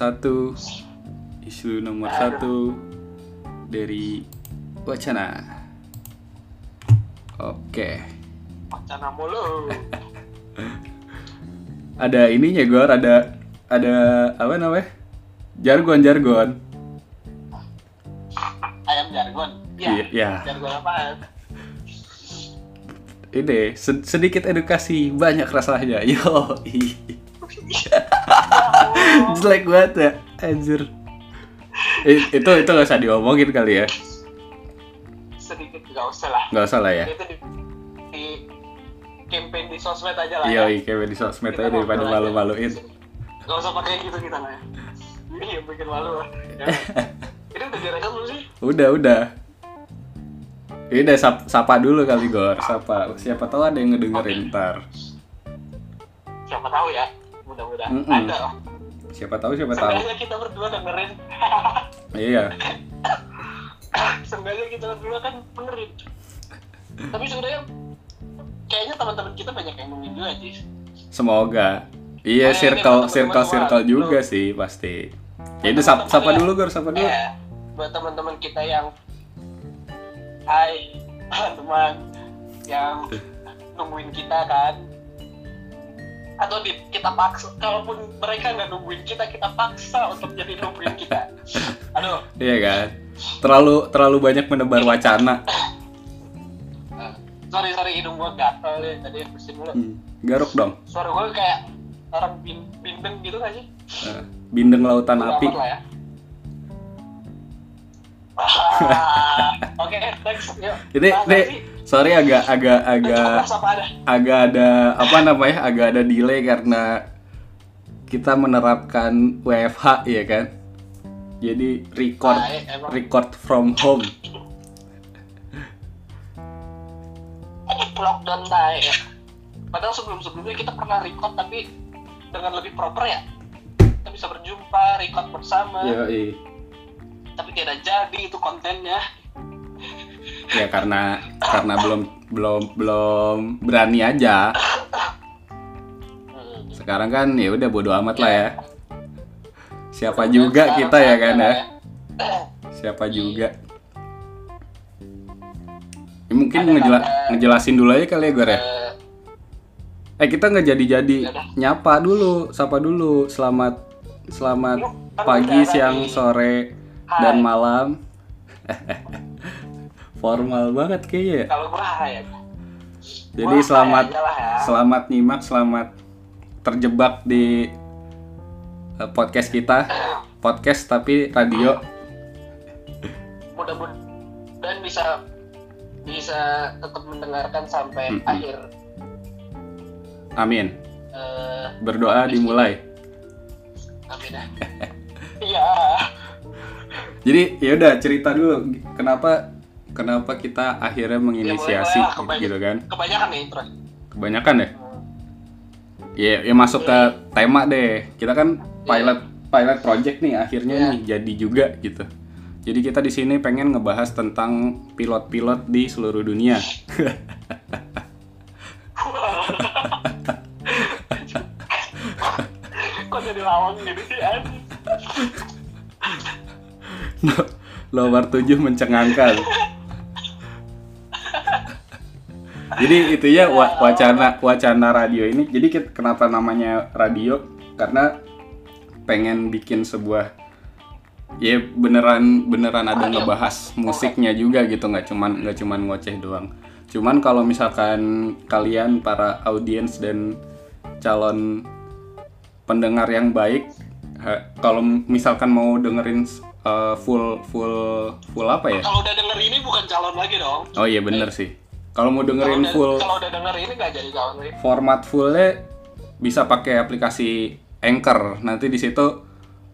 satu, isu nomor satu dari Wacana. Oke. Wacana mulu. Ada ininya Gor, ada apa namanya? Jargon. Ayam jargon. Iya. Jargon apaan? Ini sedikit edukasi, banyak rasanya. Yo. Jelek banget ya, anjir. Itu gak usah diomongin kali ya. Sedikit gak usah lah ya. Itu di campaign di sosmed aja lah. Iya, campaign di sosmed aja daripada malu-maluin. Gak usah pakai gitu kita lah. Ini yang bikin malu lah. Ini udah direkam belum sih? Udah. Ini udah sapa dulu kali Gor, sapa. Siapa tahu ada yang ngedengerin ntar. Siapa tahu ya, mudah-mudahan ada lah. Siapa tahu. Seenggaknya kita berdua dengerin. Iya. Seenggaknya kita berdua kan dengerin. Tapi sebenarnya kayaknya teman-teman kita banyak yang nungguin juga sih. Semoga. Iya, circle juga sih pasti. Ya itu sapa dulu Gor, sapa dulu. Buat teman-teman kita yang hai teman yang nungguin kita kan, atau kita paksa, kalaupun mereka nggak nungguin kita paksa untuk jadi nungguin kita. Aduh. Iya kan, terlalu banyak menebar wacana. Sorry hidung gua gatel deh tadi bersin dulu. Garuk dong. Suara gua kayak orang bindeng gitu nggak sih? Bindeng lautan api. Ya. Oke, next. Yuk. Ini sorry agak ada delay karena kita menerapkan WFH ya kan. Jadi record from home. Lockdown ya. Padahal sebelumnya kita pernah record tapi dengan lebih proper ya. Kita bisa berjumpa, record bersama. Yoi. Tapi tidak jadi itu kontennya. Ya karena belum berani aja. Sekarang kan ya udah bodo amat lah ya. Siapa juga kita ya kan ya. Siapa juga. Ya, mungkin ngejelasin dulu aja kali ya Gor ya. Kita nggak jadi nyapa dulu, sapa dulu. Selamat pagi, siang, sore, dan malam. Formal banget kayaknya. Kalau gua ya. Jadi selamat nyimak, selamat terjebak di podcast kita. Podcast tapi radio. Mudah-mudahan bisa tetap mendengarkan sampai akhir. Amin. Berdoa dimulai. Amin. Iya. Jadi ya udah cerita dulu kenapa kita akhirnya menginisiasi gitu kan? Kebanyakan nih terus. Kebanyakan ya? Ya masuk ke tema deh. Kita kan pilot project nih akhirnya nih jadi juga gitu. Jadi kita di sini pengen ngebahas tentang pilot-pilot di seluruh dunia. Kok jadi lawang gitu sih? Nomor 7 mencengangkan. Jadi itu ya wacana radio ini. Jadi kenapa namanya radio? Karena pengen bikin sebuah ya beneran ada ngebahas musiknya juga gitu, nggak cuman ngoceh doang. Cuman kalau misalkan kalian para audiens dan calon pendengar yang baik, kalau misalkan mau dengerin full apa ya? Kalau udah denger ini bukan calon lagi dong. Oh iya bener sih. Kalau mau dengerin kalau udah denger ini nggak jadi calon lagi. Format fullnya bisa pakai aplikasi Anchor. Nanti di situ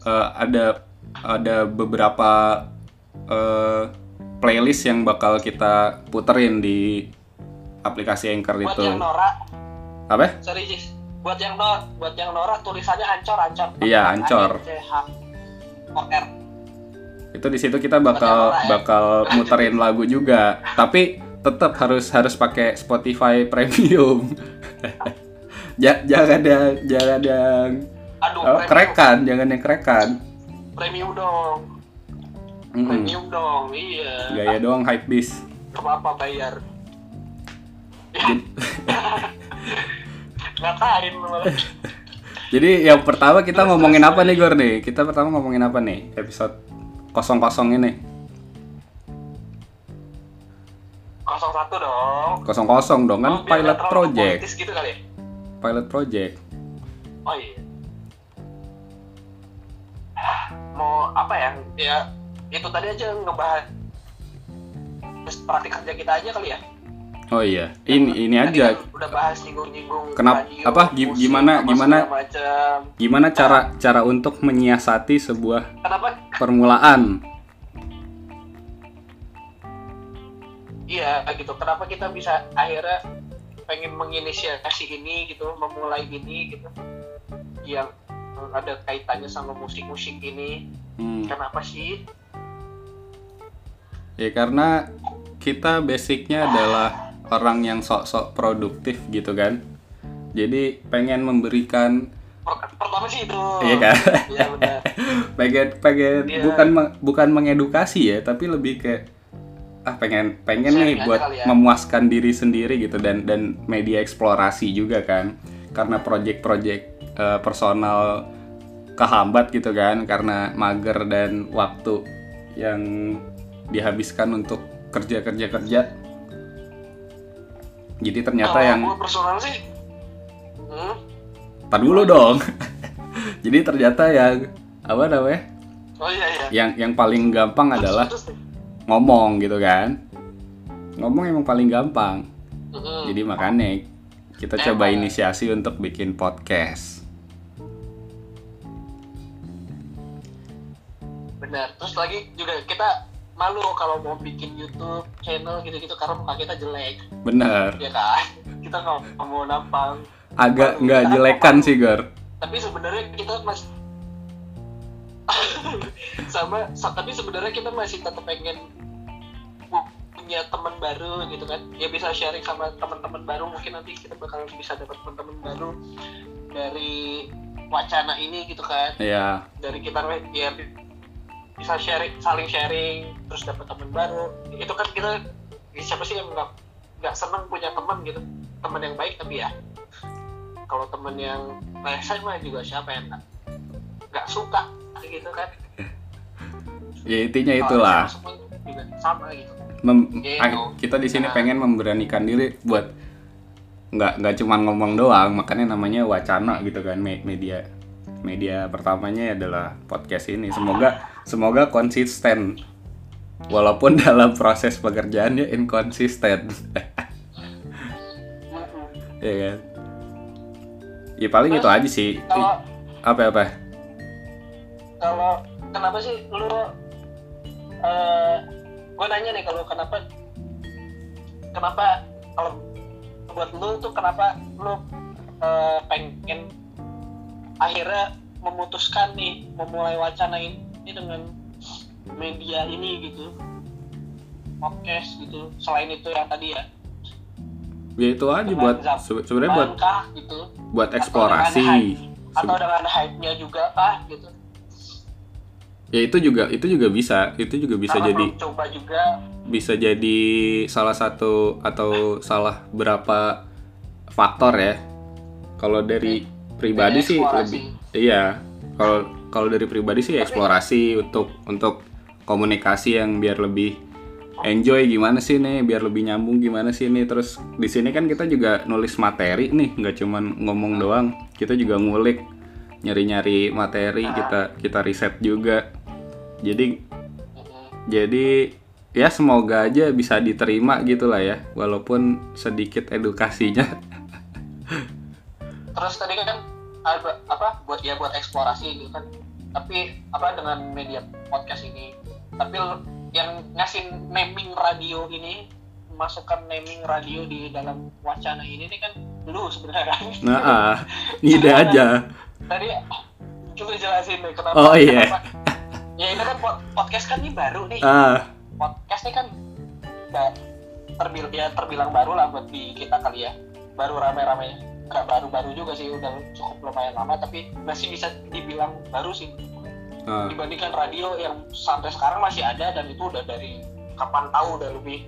ada beberapa playlist yang bakal kita puterin di aplikasi Anchor itu. Buat yang norak. Apa? Sorry Jis. Buat yang norak tulisannya Ancor. Iya, Ancor. OR. Itu di situ kita bakal muterin lagu juga. Tapi tetap harus pakai Spotify Premium. Jangan yang Aduh, Oh, kerekan, jangan yang kerekan. Premium dong. Premium dong, iya. Gaya doang hype beast. Apa bayar? Ngatain malah. Jadi yang pertama kita ngomongin apa nih Gor nih? Kita pertama ngomongin apa nih? Episode 00 ini. 01 dong. 00 dong kan Oh, biar pilot nggak terlalu project. politis gitu kali ya? Pilot project. Oh iya. Mau apa ya? Ya itu tadi aja ngebahas praktik kerja kita aja kali ya. Oh iya. Ini Tadi aja. kan udah bahas nyinggung-nyinggung Kenapa radio, apa musik, gimana apa gimana segala macam. gimana cara untuk menyiasati sebuah Kenapa? permulaan? Iya gitu. Kenapa kita bisa akhirnya pengen menginisiasi ini gitu, memulai ini gitu, yang ada kaitannya sama musik-musik ini. Kenapa sih? Ya karena kita basicnya adalah orang yang sok-sok produktif gitu kan. Jadi pengen memberikan Pertama sih itu. iya kan? Iya benar. pengen Iya. bukan mengedukasi ya, tapi lebih ke pengen Sharing nih aja buat kali ya. memuaskan diri sendiri gitu dan media eksplorasi juga kan. Karena project-project personal kehambat gitu kan karena mager dan waktu yang dihabiskan untuk kerja. Jadi ternyata Kalau yang gue personal sih, tar dulu dong. Jadi ternyata yang apa namanya? oh iya. Yang paling gampang adalah Terus, ngomong gitu kan. Ngomong emang paling gampang. mm-mm. Jadi makanya kita Emang. coba inisiasi untuk bikin podcast. Benar. Terus lagi juga kita malu kalau mau bikin YouTube channel gitu-gitu karena muka kita jelek, Bener. ya kan? Kita nggak mau nampang. Agak Malu. nggak Kita jelekan malu. sih Gor. Tapi sebenarnya kita masih tapi sebenarnya kita masih tetap pengen punya teman baru gitu kan, ya bisa sharing sama teman-teman baru. Mungkin nanti kita bakal bisa dapat teman-teman baru dari wacana ini gitu kan, Iya. dari kita ya bisa saling sharing terus dapat teman baru. Itu kan kita, siapa sih yang nggak seneng punya teman gitu, teman yang baik. Tapi ya kalau teman yang rese mah juga siapa yang nggak suka gitu kan. Ya intinya itulah. Semua juga sama gitu. Kita di sini pengen memberanikan diri buat nggak cuma ngomong doang, makanya namanya wacana gitu kan. Media pertamanya adalah podcast ini. Semoga konsisten walaupun dalam proses pekerjaannya inkonsisten. Ya kan. Ya paling itu aja sih. Kalau Apa kenapa sih lu gue nanya nih, kalau kenapa kalau buat lu tuh kenapa lu pengen akhirnya memutuskan nih memulai wacana ini dengan media ini gitu, podcast gitu, selain itu yang tadi ya? Ya itu aja buat sebenarnya gitu, buat eksplorasi. atau dengan hype-nya juga kah gitu? Ya itu juga bisa Karena jadi belum coba juga. bisa jadi salah satu atau salah berapa faktor ya. Kalau dari pribadi sih lebih kalau dari pribadi sih eksplorasi untuk komunikasi yang biar lebih enjoy gimana sih nih, biar lebih nyambung gimana sih nih. Terus di sini kan kita juga nulis materi nih, nggak cuman ngomong doang, kita juga ngulik, nyari materi, kita riset juga. Jadi ya semoga aja bisa diterima gitulah ya, walaupun sedikit edukasinya. Terus tadi kan buat eksplorasi gitu kan, tapi dengan media podcast ini, tapi yang ngasih naming radio ini, masukkan naming radio di dalam wacana ini kan lu sebenarnya kan. Nah, ide aja. Tadi coba jelasin deh kenapa. Oh iya. Ya ini kan podcast kan ini baru nih. Podcast ini kan terbilang baru lah buat di kita kali ya, baru rame-ramenya. nggak baru-baru juga sih, udah cukup lumayan lama, tapi masih bisa dibilang baru sih dibandingkan radio yang sampai sekarang masih ada, dan itu udah dari kapan tahu, udah lebih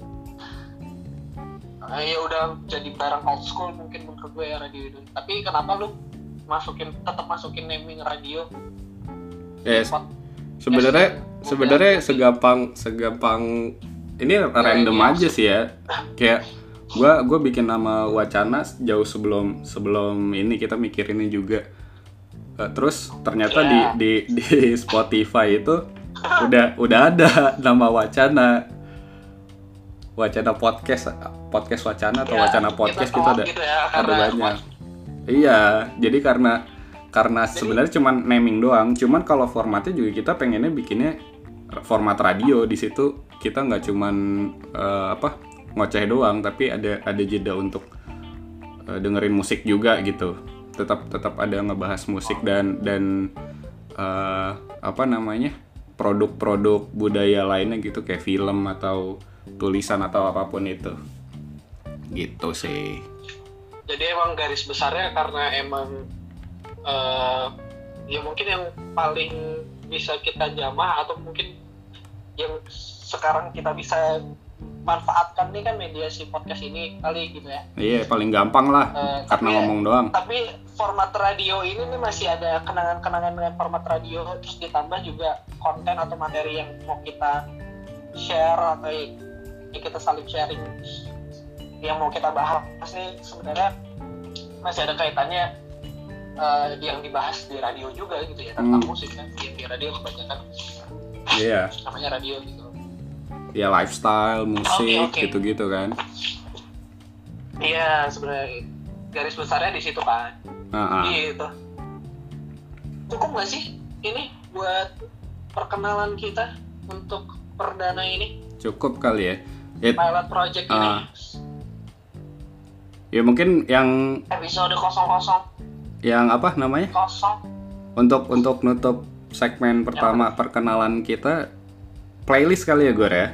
ya udah jadi barang old school mungkin menurut gue ya radio itu. Tapi kenapa lu tetap masukin naming radio? Yes. Sebenarnya segampang ini random aja sih ya. Kayak gue bikin nama Wacana jauh sebelum ini kita mikirin ini juga. Terus ternyata di Spotify itu udah ada nama Wacana podcast Wacana atau Wacana podcast gitu ada gitu ya, ada banyak. Iya, jadi karena sebenarnya cuman naming doang. Cuman kalau formatnya juga kita pengennya bikinnya format radio. Di situ kita nggak cuman ngoceh doang, tapi ada jeda untuk dengerin musik juga gitu. Tetap ada ngebahas musik dan produk-produk budaya lainnya gitu, kayak film atau tulisan atau apapun itu. Gitu sih. Jadi emang garis besarnya karena emang ya mungkin yang paling bisa kita jamah atau mungkin yang sekarang kita bisa manfaatkan nih kan media si podcast ini kali gitu ya. Iya, paling gampang lah karena ngomong doang. Tapi format radio ini nih masih ada kenangan-kenangan dengan format radio, terus ditambah juga konten atau materi yang mau kita share atau yang kita saling sharing yang mau kita bahas nih, sebenarnya masih ada kaitannya yang dibahas di radio juga gitu ya, tentang musik kan, yang di radio kebanyakan namanya radio gitu ya, lifestyle, musik, gitu-gitu kan. Iya, sebenarnya garis besarnya di situ kan. Gitu. Cukup nggak sih ini buat perkenalan kita untuk perdana ini? Cukup kali ya. Pilot project ini. Ya mungkin yang episode 00. Yang apa namanya? 0. Untuk nutup segmen pertama perkenalan kita, playlist kali ya Gor ya.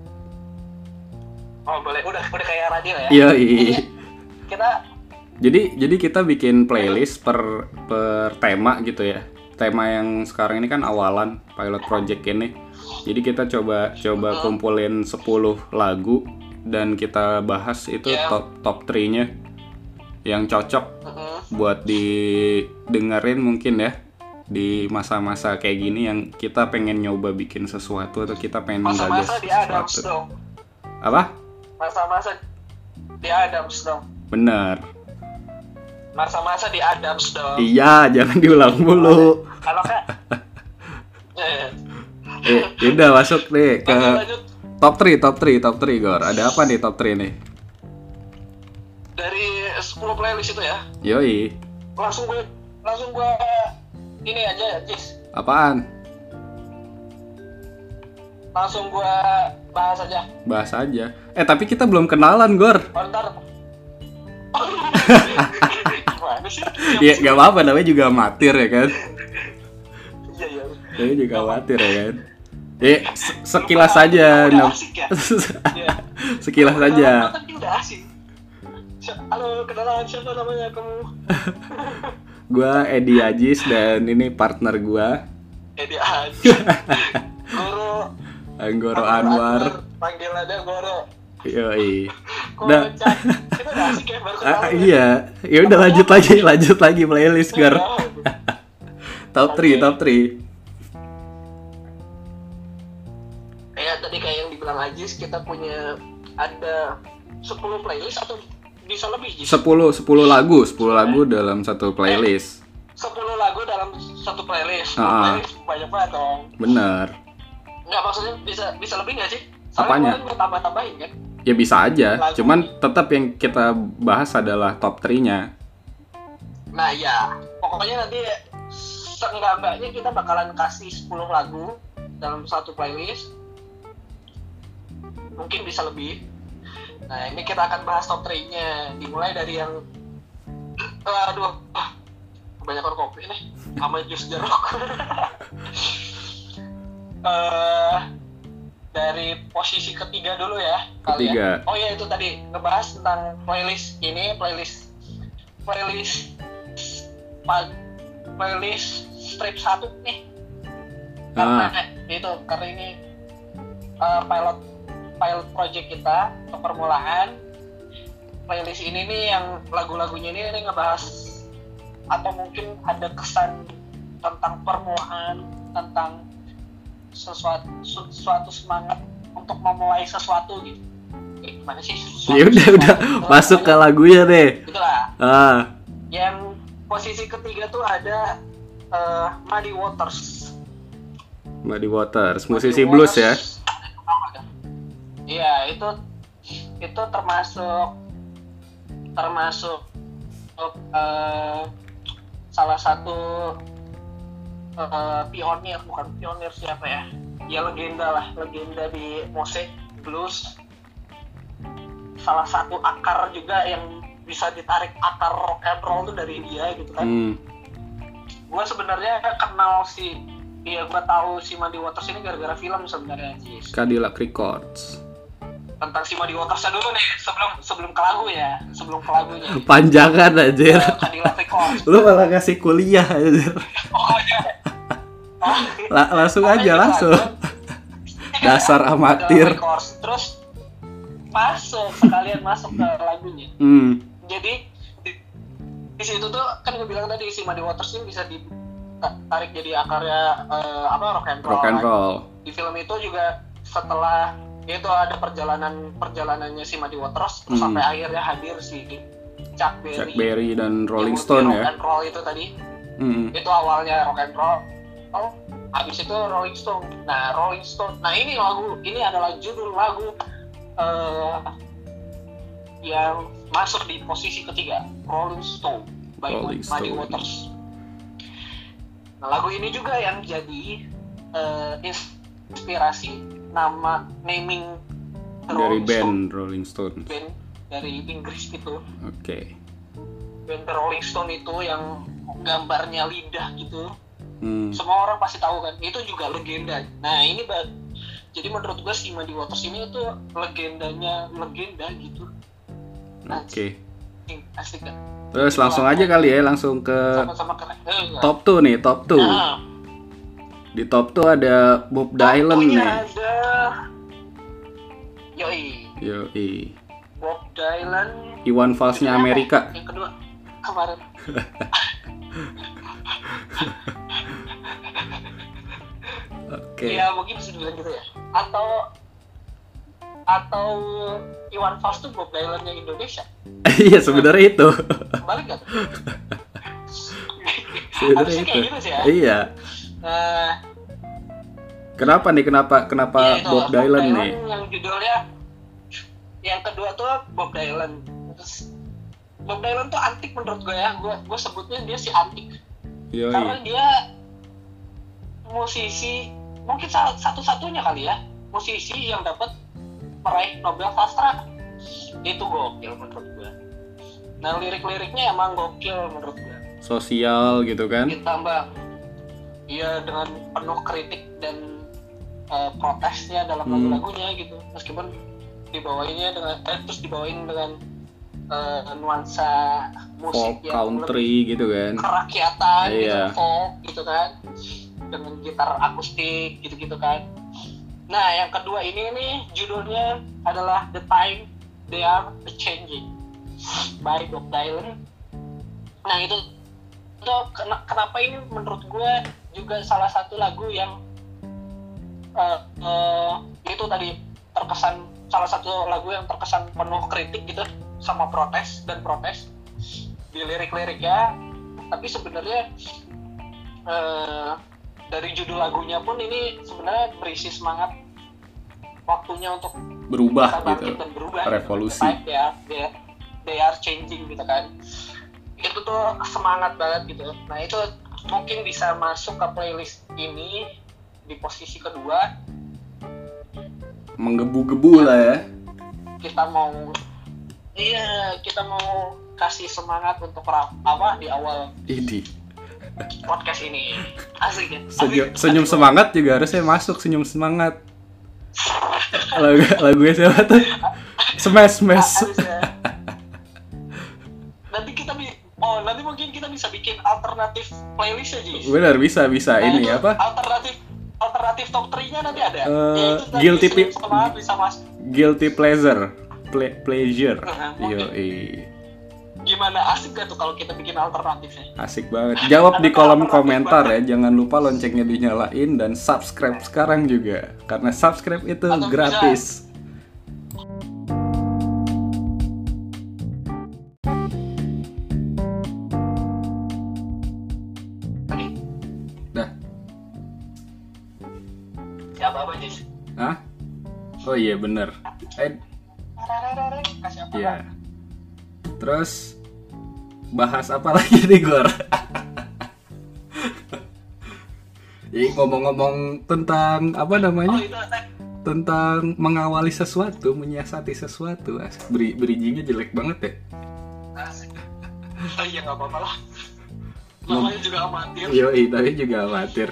Oh boleh, udah kayak radio ya. Iya. Kita jadi kita bikin playlist per tema gitu ya. Tema yang sekarang ini kan awalan pilot project ini. Jadi kita coba kumpulin 10 lagu dan kita bahas itu top 3-nya yang cocok buat didengerin mungkin ya di masa-masa kayak gini yang kita pengen nyoba bikin sesuatu atau kita pengen menggagas sesuatu. Masa-masa di Adams dong. Apa? Masa-masa di Adams dong. Bener. Masa-masa di Adams dong. Iya, jangan diulang mulu. Kalau kan udah masuk nih ke lanjut. top 3 Gor. Ada apa nih top 3 nih? Dari 10 playlist itu ya. Yoi. Langsung gue ini aja, Jis. Apaan? Langsung gue bahas aja. Tapi kita belum kenalan, Gor. Bentar. Gimana sih? Ya gak apa-apa, namanya juga amatir ya kan. Iya. Namanya juga amatir ya kan. Sekilas aja. Sekilas aja. Udah asik. Halo, kenalan, siapa namanya kamu? Gua Edi Ajis dan ini partner gua. Edi Ajis. Goro Anwar. Panggil aja Goro. Yoi. Udah. Kita udah asik ya baru kenalan. Iya. Ya udah lanjut lagi playlist Gor. Top 3. Ya tadi kayak yang dibilang Ajis, kita punya ada 10 playlist atau bisa lebih, Jis? 10 lagu dalam satu playlist. 10 lagu dalam satu playlist. Playlist banyak banget dong. Bener. Nggak, maksudnya bisa lebih nggak sih? Apanya? Soalnya tambah-tambahin kan? Ya bisa aja. Lagu. Cuman tetap yang kita bahas adalah top 3-nya. Nah ya, pokoknya nanti seenggak-enggaknya kita bakalan kasih 10 lagu dalam satu playlist. Mungkin bisa lebih. Nah ini kita akan bahas top 3-nya. Dimulai dari yang kebanyakan kopi nih sama jus jeruk. Dari posisi ketiga dulu ya. Ketiga. Oh iya, itu tadi ngebahas tentang playlist ini, playlist playlist playlist strip 1 nih. Karena karena ini pilot project kita untuk permulaan. Playlist ini nih yang lagu-lagunya ini ngebahas atau mungkin ada kesan tentang permulaan, tentang suatu semangat untuk memulai sesuatu gitu. Gimana sih? Ya udah masuk ke lagunya deh. Itulah. Yang posisi ketiga tuh ada Muddy Waters. Muddy Waters, musisi blues ya? Iya, itu termasuk salah satu bukan pionir siapa ya? Ya legenda di musik blues. Salah satu akar juga yang bisa ditarik akar rock and roll tuh dari dia gitu kan. Gue sebenarnya gue tahu si Muddy Waters ini gara-gara film sebenarnya sih. Cadillac Records. Tentang si Muddy Waters dulu nih sebelum ke lagunya. Panjangan anjir. Cadillac Records. Lu malah ngasih kuliah anjir. Oh iya. Langsung aja langsung. Dasar amatir. Terus sekalian masuk ke lagunya. Jadi di situ tuh kan gue bilang tadi si Muddy Waters ini bisa ditarik jadi akarnya rock and roll. Di film itu juga setelah itu ada perjalanannya si Muddy Waters terus sampai akhirnya hadir si Chuck Berry dan Rolling Stone ya. Rock and roll itu tadi. Itu awalnya rock and roll. Habis itu Rolling Stone. Nah ini adalah judul lagu yang masuk di posisi ketiga, Rolling Stone by Muddy Waters. Nah, lagu ini juga yang jadi inspirasi naming dari band Rolling Stone. Band dari Inggris gitu. Oke. Band Rolling Stone itu yang gambarnya lidah gitu. Semua orang pasti tahu kan. Itu juga legenda. Nah ini jadi menurut gue si Muddy Waters ini tuh legenda gitu. Oke. Asik kan? Terus langsung aja kali ya, langsung ke sama-sama keren. Top 2 nih, top 2. Di top 2 ada Bob Dylan nih. Ada Yoi. Bob Dylan. Iwan Falsnya Amerika. Yang kedua kemarin. Oke. Ya mungkin bisa dibilang gitu ya. Atau Iwan Fals tuh Bob Dylan yang Indonesia. Iya sebenarnya itu. Balik gak? Sebenarnya itu. Kayak gitu sih ya. Iya. Kenapa Iya, Bob Dylan nih? Yang judulnya yang kedua tuh Bob Dylan. Terus Bob Dylan tuh antik menurut gue ya. Gue sebutnya dia si antik. Yoi. Karena dia musisi mungkin satu-satunya kali ya musisi yang dapat meraih Nobel Sastra. Itu gokil menurut gue. Nah lirik-liriknya emang gokil menurut gue. Sosial gitu kan? Ditambah dengan penuh kritik dan protesnya dalam lagu-lagunya gitu. Meskipun dibawainnya dengan nuansa musik folk, country gitu kan, kerakyatan gitu, folk gitu kan, dengan gitar akustik gitu kan. Nah yang kedua ini nih judulnya adalah The Time They Are Changing by Bob Dylan. Nah itu kenapa ini menurut gue juga salah satu lagu yang itu tadi salah satu lagu yang terkesan penuh kritik gitu sama protes di lirik-liriknya. Tapi sebenarnya dari judul lagunya pun ini sebenarnya berisi semangat waktunya untuk berubah gitu, dan berubah, revolusi gitu. They are changing gitu kan. Itu tuh semangat banget gitu. Nah itu mungkin bisa masuk ke playlist ini di posisi kedua. Menggebu-gebu lah ya. Kita mau kasih semangat untuk di awal podcast ini. Asik ya. Senyum semangat juga harusnya masuk, senyum semangat. Lagunya siapa tuh? Smash. Nanti kita nanti mungkin kita bisa bikin alternatif playlist aja. Benar, bisa ini itu apa? Alternatif top 3-nya nanti ada. Yaitu guilty pleasure. Pleasure. Yo, gimana, asik gak tuh kalau kita bikin alternatifnya? Asik banget. Jawab di kolom komentar ya. Jangan lupa loncengnya dinyalain dan subscribe sekarang juga. Karena subscribe itu Atau gratis. Dah. Siapa apa, Jis? Hah? Oh iya bener. Kasih apa? Iya. Terus bahas apa lagi nih Gor? Jadi ngomong-ngomong tentang apa namanya? Tentang mengawali sesuatu, menyiasati sesuatu. Bridgingnya jelek banget ya. Oh iya, nggak apa-apa lah. Namanya juga amatir. Yoi, tapi juga amatir.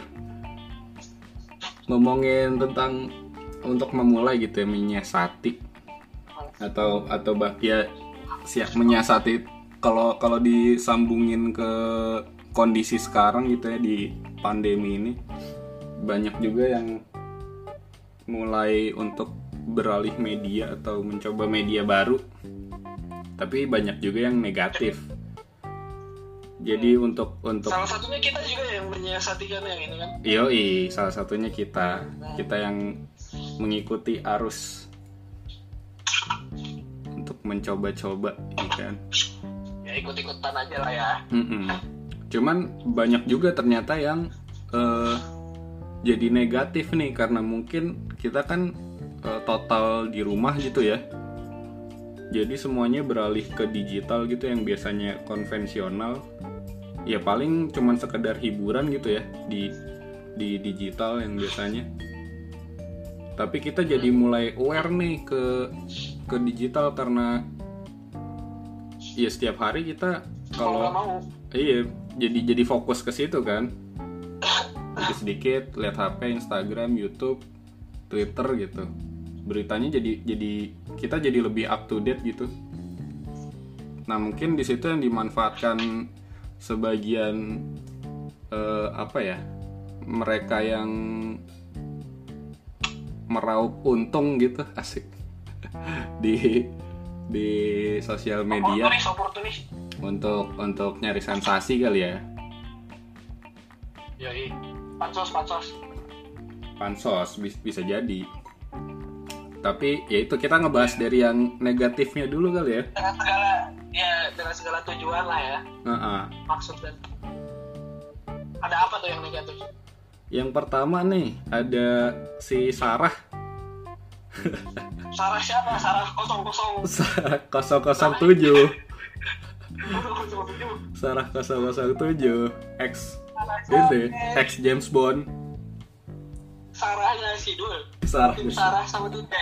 Ngomongin tentang untuk memulai gitu ya, menyiasati atau ya siap menyiasati. Kalau disambungin ke kondisi sekarang gitu ya, di pandemi ini banyak juga yang mulai untuk beralih media atau mencoba media baru, tapi banyak juga yang negatif. Jadi untuk salah satunya kita juga yang menyiasati kan yang ini kan. Yoi, salah satunya kita yang mengikuti arus untuk mencoba-coba ya kan. Ya ikut-ikutan aja lah ya. Cuman banyak juga ternyata yang jadi negatif nih, karena mungkin kita kan total di rumah gitu ya. Jadi semuanya beralih ke digital gitu, yang biasanya konvensional ya paling cuman sekedar hiburan gitu ya di digital yang biasanya. Tapi kita jadi mulai aware nih ke digital, karena ya setiap hari kita kalau iya jadi fokus ke situ kan. Sedikit lihat HP, Instagram, YouTube, Twitter gitu. Beritanya jadi kita jadi lebih up to date gitu. Nah, mungkin di situ yang dimanfaatkan sebagian mereka yang meraup untung gitu, asik. di sosial media untuk nyari sensasi kali ya. Yoi. Pansos bisa jadi. Tapi ya itu, kita ngebahas dari yang negatifnya dulu kali ya. Dengan segala tujuan lah ya. Maksud dan ada apa tuh yang negatif? Yang pertama nih ada si Sarah. Sarah siapa? Sarah 007. Sarah 007 ex James Bond. Sarahnya si Dul. Sarah sama Dul.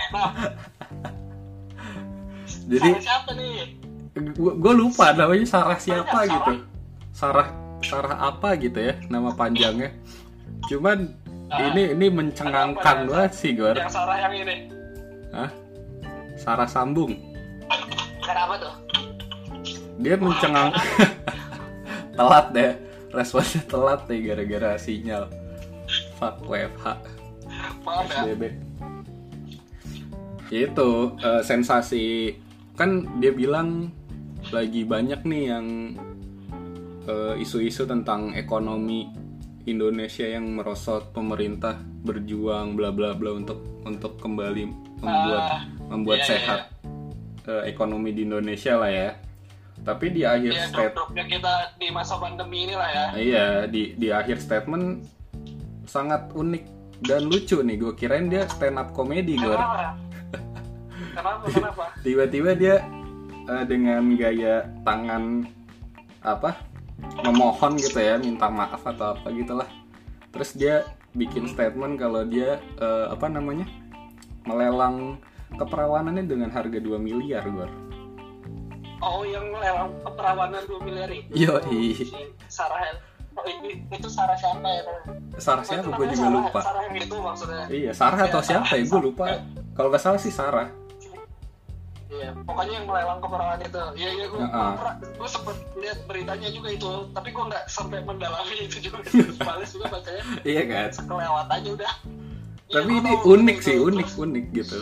Jadi Sarah siapa nih? Gue lupa namanya, Sarah siapa gitu. Sarah apa gitu ya nama panjangnya. Cuman ini mencengangkan banget sih Gor. Yang Sarah yang ini. Hah? Sarah sambung. Kenapa tuh? Dia mencengangkan. Telat deh. Responnya telat deh gara-gara sinyal. Fuck WFH. Maaf ya. SBB. Ya itu sensasi, kan dia bilang lagi banyak nih yang isu-isu tentang ekonomi Indonesia yang merosot, pemerintah berjuang bla bla bla untuk kembali membuat sehat ekonomi di Indonesia lah ya. Tapi di akhir statement kita di masa pandemi ini lah ya. Iya, di akhir statement sangat unik dan lucu nih. Gue kirain dia stand up comedy, Gor. Kenapa? Tiba-tiba dia dengan gaya tangan memohon gitu ya, minta maaf atau apa gitulah. Terus dia bikin statement kalau dia melelang keperawanannya dengan harga 2 miliar, Gor. Oh, yang melelang keperawanan 2 miliar itu. Yoi. Sarah. Oh, itu Sarah siapa ya? Sarah siapa? Gue juga lupa. Sarah yang itu maksudnya. Iya, Sarah atau siapa ya? Gue lupa. Kalau nggak salah sih Sarah. Iya, pokoknya yang melelang keperawan itu. Iya, iya, gue sempet lihat beritanya juga itu, tapi gue nggak sampai mendalami itu juga. Males juga bacanya. Iya kan? Sekelewat aja udah. Tapi Iya, ini gua tahu unik itu. sih, Terus, unik gitu.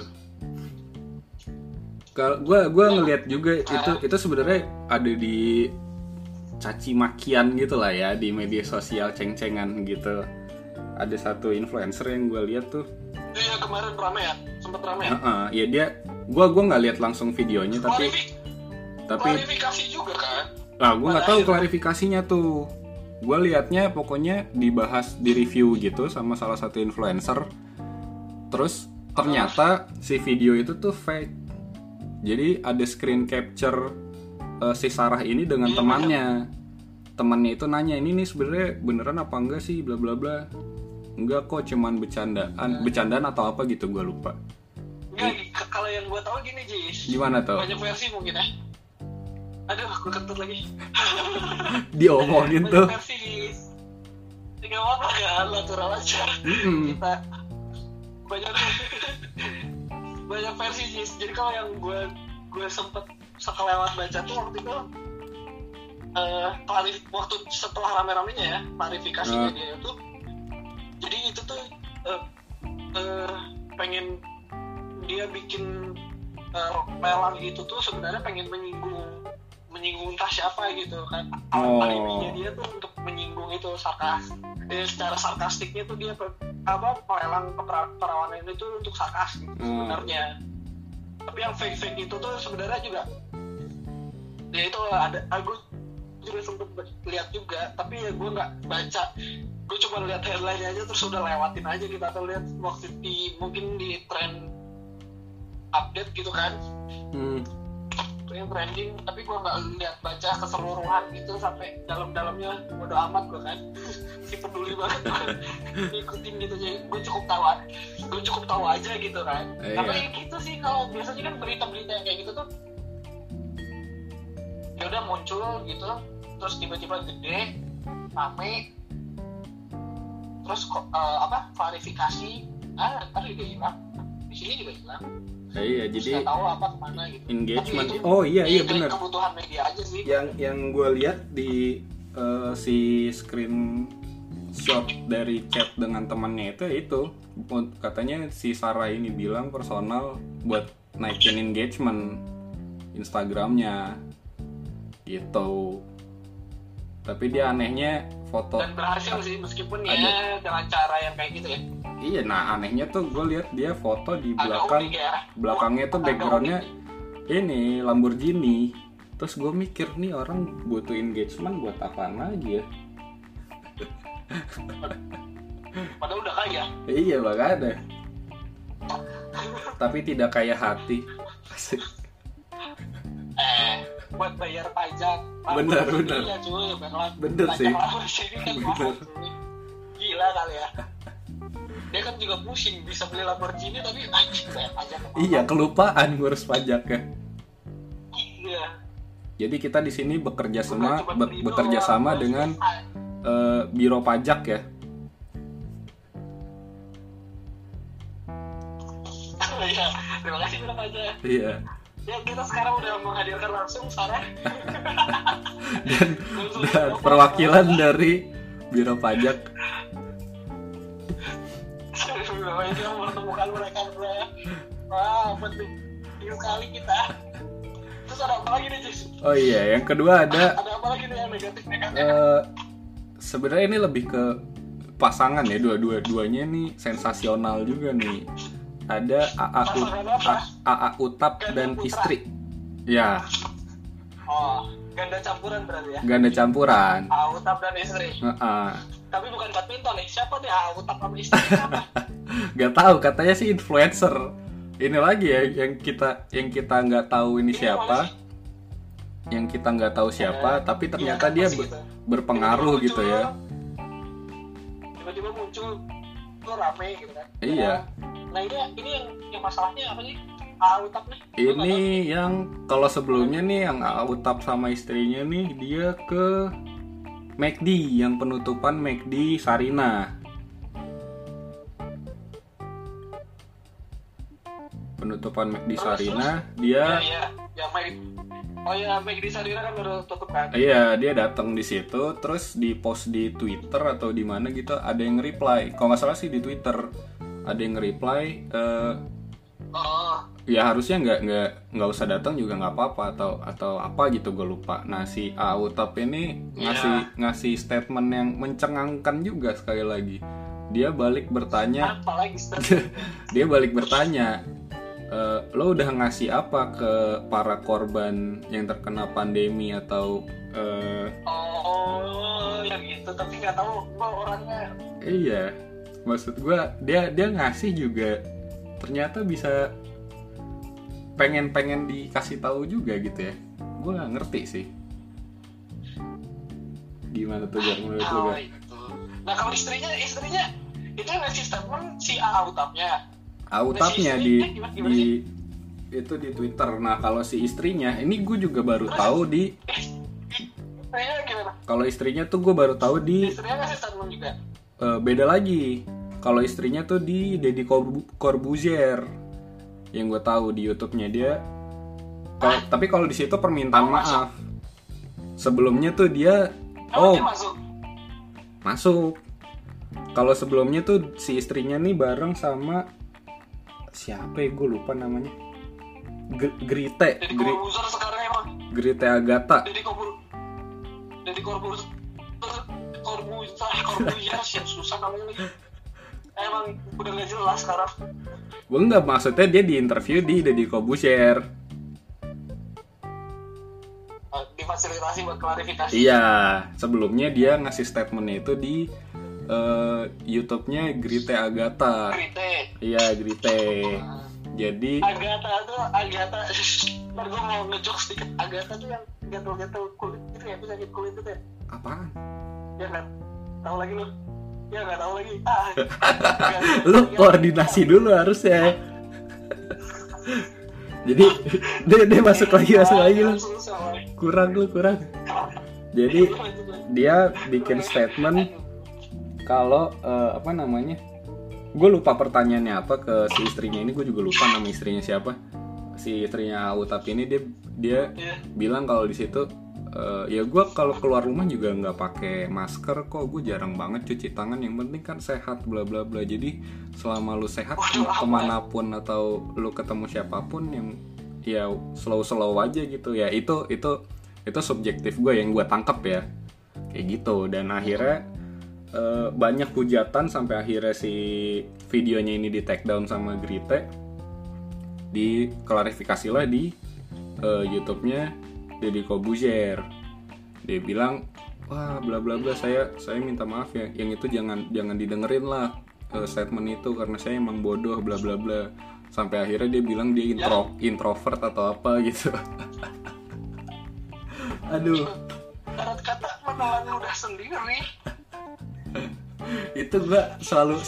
Kalau gua ngelihat juga itu sebenarnya ada di caci makian gitu lah ya di media sosial, ceng-cengan gitu. Ada satu influencer yang gue lihat tuh. iya kemarin rame ya, sempet rame ya. Ya dia, gua nggak lihat langsung videonya tapi Klarifikasi juga kan. lah gue nggak tahu klarifikasinya tuh. Gue liatnya pokoknya dibahas di review gitu sama salah satu influencer. Terus ternyata si video itu tuh fake. Jadi ada screen capture si Sarah ini dengan temannya. Temannya itu nanya, ini nih sebenarnya beneran apa enggak sih, bla bla bla. Enggak kok, cuman bercandaan atau apa gitu, gue lupa. Enggak, kalau yang gue tahu gini Jis. Gimana tuh? Banyak versi mungkin ya. Aduh, gue kentut lagi. Diomongin tuh. Banyak versi Jis. Gak apa-apa kan, natural aja. Kita banyak versi Jis. Jadi kalau yang gue sempet sekelewat baca tuh waktu itu waktu setelah rame-ramenya ya klarifikasinya dia itu, jadi itu tuh pengen dia bikin lelang itu tuh sebenarnya pengen menyinggung entah siapa gitu kan. Alibinya dia tuh untuk menyinggung itu secara sarkastiknya tuh dia melelang keperawanan itu untuk sarkas gitu sebenarnya. Tapi yang fake itu tuh sebenarnya juga ya itu ada, aku juga sempet lihat juga, tapi ya gue nggak baca, gue cuma lihat headline aja terus udah lewatin aja gitu, atau lihat waktu mungkin di trend update gitu kan, itu yang trending, tapi gue nggak lihat baca keseluruhan gitu sampai dalam-dalamnya. Bodo amat gue kan, si peduli banget ngikutin gitu aja, gue cukup tahu aja gitu kan. Karena ya gitu sih, kalau biasanya kan berita-berita yang kayak gitu tuh ya udah muncul gitu, terus tiba-tiba gede, rame, terus klarifikasi, ntar juga hilang, di sini juga hilang. Iya, jadi nggak tahu apa kemana gitu. Engagement. Itu, iya benar. Kebutuhan media aja sih. Yang gue lihat di si screenshot dari chat dengan temannya itu katanya si Sarah ini bilang personal buat naikin engagement Instagramnya gitu. Tapi dia anehnya foto dan berhasil sih, meskipun ya dengan cara yang kayak gitu ya. Iya, nah anehnya tuh gue lihat dia foto di belakangnya tuh backgroundnya ini Lamborghini. Terus gue mikir nih orang butuh engagement buat apaan lagi ya? Padahal udah kaya. Iya makanya. Tapi tidak kaya hati. Asik. Buat bayar pajak. Bener. Ya, cuy, bener sih. Kan gila kali ya. Dia kan juga pusing bisa beli Lamborghini tapi anjing bayar pajak. Iya, kelupaan ngurus pajaknya. Iya. Jadi kita di sini bekerja sama dengan Biro Pajak ya. Iya, terima kasih Biro Pajak. Iya. Ya, kita sekarang udah menghadirkan langsung Sarah. dan perwakilan dari Biro Pajak. Itu yang mempertemukan mereka berdua. Wah, penting sekali kita. Terus ada apa lagi nih, Jis? Oh iya, yang kedua ada apa lagi nih yang negatif? Sebenarnya ini lebih ke pasangan ya, dua-duanya nih sensasional juga nih. Ada AA Utap dan istri. Ya. Oh, ganda campuran berarti ya? Ganda campuran. AA Utap dan istri. Tapi bukan badminton nih. Siapa nih AA Utap sama istri? Siapa? Gak tahu, katanya sih influencer. Ini lagi ya yang kita nggak tahu ini siapa. Yang kita nggak tahu siapa, tapi ternyata dia berpengaruh gitu ya. Tiba-tiba muncul, tuh rame gitu kan. Iya. Nah ini yang masalahnya apa sih? AA Utap nih? Ini yang kalau sebelumnya nih yang AA Utap sama istrinya nih dia ke McD, yang penutupan McD Sarina. penutupan McD Terus, Sarina Iya, dia yang Mike di Sarina kan baru tutup kan. iya dia datang di situ terus di post di Twitter atau di mana gitu ada yang reply kalau nggak salah sih di Twitter ada yang reply Oh, ya harusnya nggak usah datang juga nggak apa-apa atau apa gitu gue lupa. Nah si Autap ini ngasih statement yang mencengangkan juga sekali lagi. Dia balik bertanya apa lagi Stan? dia balik bertanya lo udah ngasih apa ke para korban yang terkena pandemi atau Oh, yang gitu. Tapi nggak tahu gua orangnya. iya maksud gue dia ngasih juga ternyata bisa pengen dikasih tahu juga gitu ya. Gue nggak ngerti sih gimana tuh Jar menurut lo Gar? Itu. Nah kalau istrinya itu yang ngasih statement si Autapnya. Autapnya Nah, si di istrinya gimana sih? itu di Twitter. Nah kalau si istrinya ini gue juga baru tahu di Istrinya gimana? kalau istrinya tuh gue baru tahu di Istrinya ngasih statement juga. beda lagi. Kalau istrinya tuh di Deddy Corbuzier yang gue tahu di YouTube-nya dia. Tapi kalau di situ permintaan maaf. Sebelumnya tuh dia Dia masuk. Kalau sebelumnya tuh si istrinya nih bareng sama siapa ya gue lupa namanya. Grite. Deddy Corbuzier sekarang emang. Grite Agatha. Deddy Corbuzier yang susah namanya lagi. Emang udah gak jelas sekarang. Gue nggak maksudnya dia di interview di Deddy Corbuzier. Difasilitasi buat klarifikasi. Iya, sebelumnya dia ngasih statementnya itu di YouTube-nya Grite Agatha. Grite. Iya, Grite. Jadi Agatha. Ntar gue mau ngejok sedikit. Agatha tuh yang gatel-gatel kulit gitu ya, sakit kulit itu ya. apaan? Ya kan? Tahu lagi lu? Ya nggak tahu lagi. Lu koordinasi dulu harusnya. Jadi dia masuk lagi lu. Kurang. Jadi dia bikin statement kalau apa namanya? Gue lupa pertanyaannya apa ke si istrinya ini, gue juga lupa nama istrinya siapa. Si istrinya Autap ini dia bilang kalau di situ ya gue kalau keluar rumah juga nggak pakai masker kok, gue jarang banget cuci tangan, yang penting kan sehat bla bla bla. Jadi selama lu sehat kemanapun atau lu ketemu siapapun yang ya slow aja gitu ya, itu subjektif gue yang gue tangkap ya kayak gitu. Dan akhirnya banyak hujatan sampai akhirnya si videonya ini di take down sama Grite, diklarifikasi lah di YouTube-nya Deddy Corbuzier. Dia bilang, wah bla bla bla, saya minta maaf ya, yang itu jangan didengerin lah statement itu karena saya emang bodoh bla bla bla. Sampai akhirnya dia bilang dia introvert atau apa gitu. Aduh. Ibarat kata menelan ludah sendiri. Itu gua selalu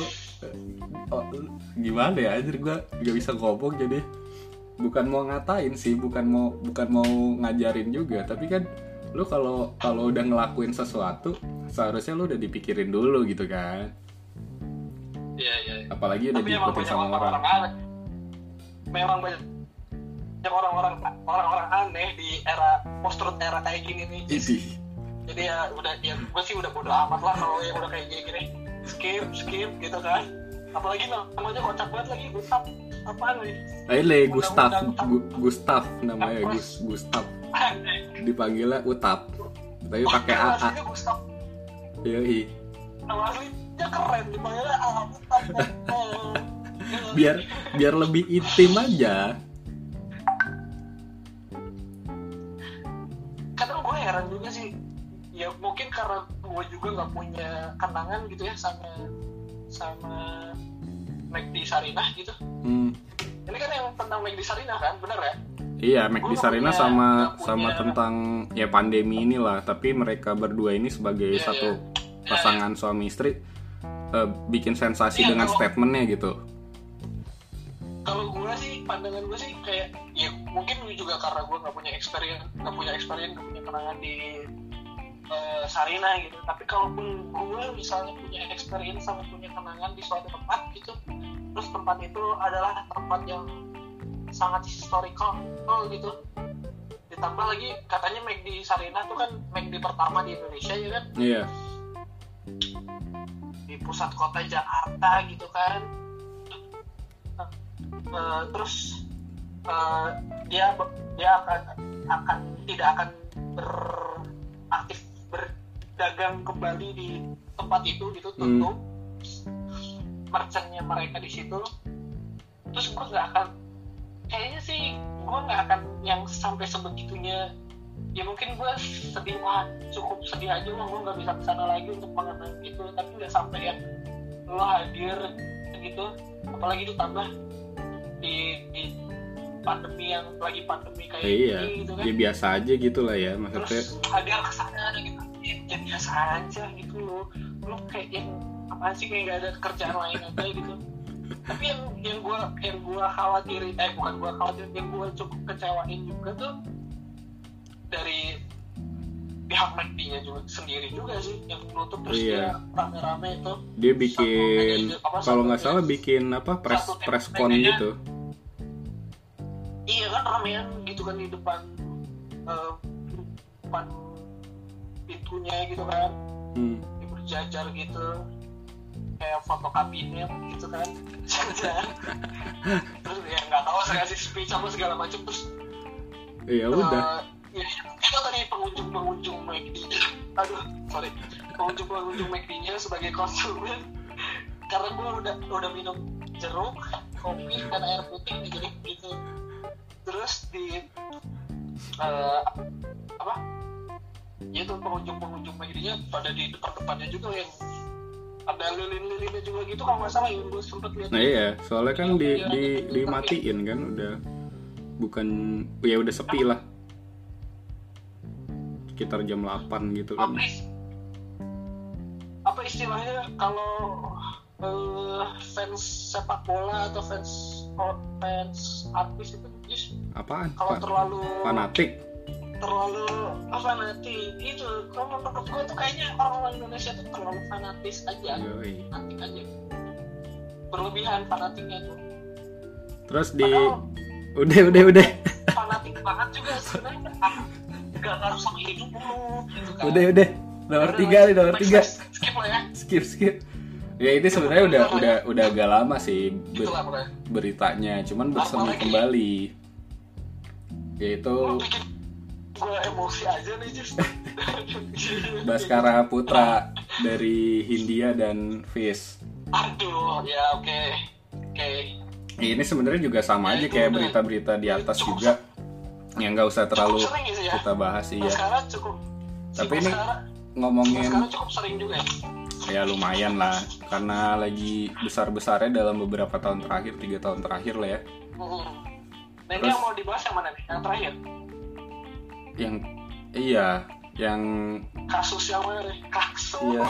gimana ya anjir, gua nggak bisa ngomong. Jadi bukan mau ngatain sih, bukan mau ngajarin juga, tapi kan lu kalau udah ngelakuin sesuatu seharusnya lu udah dipikirin dulu gitu kan. Iya. Apalagi udah diikutin sama orang. Memang banyak orang-orang aneh di era post-truth era kayak gini nih. Jadi ya gue sih udah bodo amat lah kalau yang udah kayak gini. Skip gitu kan. Apalagi namanya kocak banget lagi, Gustaf. Apaan nih? Aile Gustaf namanya, Gustaf. Dipanggilnya Utap. Tapi pakai AA. Yoi. Nama aslinya keren, dipanggilnya Utap. biar lebih intim aja. Kadang gue heran juga sih. Ya mungkin karena gue juga nggak punya kenangan gitu ya sama McD Sarina gitu. Ini kan yang tentang McD Sarina kan, bener ya? Iya, McD Sarina sama tentang ya pandemi inilah. Tapi mereka berdua ini sebagai satu pasangan suami istri bikin sensasi dengan statementnya gitu. Kalau gue sih, pandangan gue sih kayak ya mungkin juga karena gue nggak punya kenangan di Sarina gitu. Tapi kalaupun gue misalnya punya experience sama punya kenangan di suatu tempat gitu, terus tempat itu adalah tempat yang sangat historical gitu. Ditambah lagi katanya McD Sarina tuh kan McD pertama di Indonesia ya kan. Iya. Di pusat kota Jakarta gitu kan. Terus dia akan tidak akan beraktif berdagang kembali di tempat itu gitu, tutup merchantnya mereka di situ. Terus gue nggak akan, kayaknya sih gue nggak akan yang sampai sebegitunya. Ya mungkin gue sedih, cukup sedih aja lah, gue nggak bisa kesana lagi untuk mengenang itu, tapi nggak sampai yang lo hadir gitu. Apalagi ditambah di pandemi yang lagi pandemi kayak gini gitu kan. Ya biasa aja gitu lah ya maksudnya. Terus hadir kesana gitu, ya biasa aja gitu loh. Lo kayak yang apaan sih, kayak nggak ada kerjaan lain aja gitu. Tapi yang gue khawatirin, bukan gue khawatirin, yang gue cukup kecewain juga tuh dari pihak McD-nya juga sendiri juga sih, yang nutup terus dia rame-rame itu. Dia bikin, kalau nggak salah bikin press con gitu. Iya kan, ramean gitu kan di depan pintunya gitu kan. Dia berjajar gitu kayak foto kabinet gitu kan. Terus ya nggak tahu, saya kasih speech apa segala macam. Terus udah ya itu tadi pengunjung McD-nya, pengunjung McD-nya sebagai konsumen, karena gue udah minum jeruk, kopi dan air putih jadi gitu. Terus di ya itu pengunjung McD-nya pada di depan-depannya juga yang ada lilin-lilinnya juga gitu kalau nggak salah, yang gue sempet lihat. Nah iya, soalnya kan dimatiin kan, udah bukan, ya udah sepi lah, sekitar jam 8 gitu kan. Apa istilahnya kalau fans sepak bola atau fans artis itu just apaan? Kalau terlalu fanatik itu. Kalau menurut gue tuh kayaknya orang Indonesia tuh terlalu fanatis aja. Fanatik aja, berlebihan fanatiknya tuh. Terus udah fanatik banget juga sebenarnya, gak ngaruh sama hidup lu gitu kan. Udah nomor 3 skip lah ya, skip. Ya ini sebenarnya udah agak lama sih beritanya, cuman bersemi kembali. Yaitu gue emosi aja nih just. Baskara Putra dari Hindia dan Fish. Aduh, ya oke. Ini sebenarnya juga sama aja kayak berita-berita di atas juga, yang nggak usah terlalu kita bahas sih ya. Tapi ini ngomongin cukup sering juga ya lumayan lah, karena lagi besar-besarnya dalam beberapa tahun terakhir, 3 tahun terakhir lah ya. Nah ini yang mau dibahas yang mana nih? Yang terakhir? Yang kasus yang mana nih? Iya.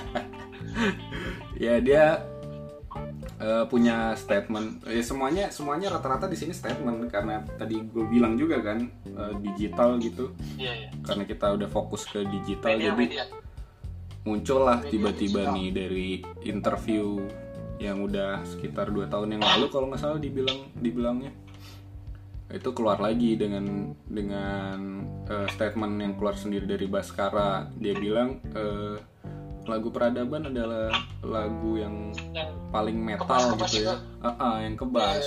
Ya dia punya statement. Ya semuanya rata-rata di sini statement, karena tadi gue bilang juga kan digital gitu. Iya. Karena kita udah fokus ke digital, jadi muncullah tiba-tiba nih dari interview yang udah sekitar 2 tahun yang lalu kalau nggak salah dibilangnya. Itu keluar lagi dengan statement yang keluar sendiri dari Baskara. Dia bilang lagu Peradaban adalah lagu yang paling metal gitu ya, yang kebas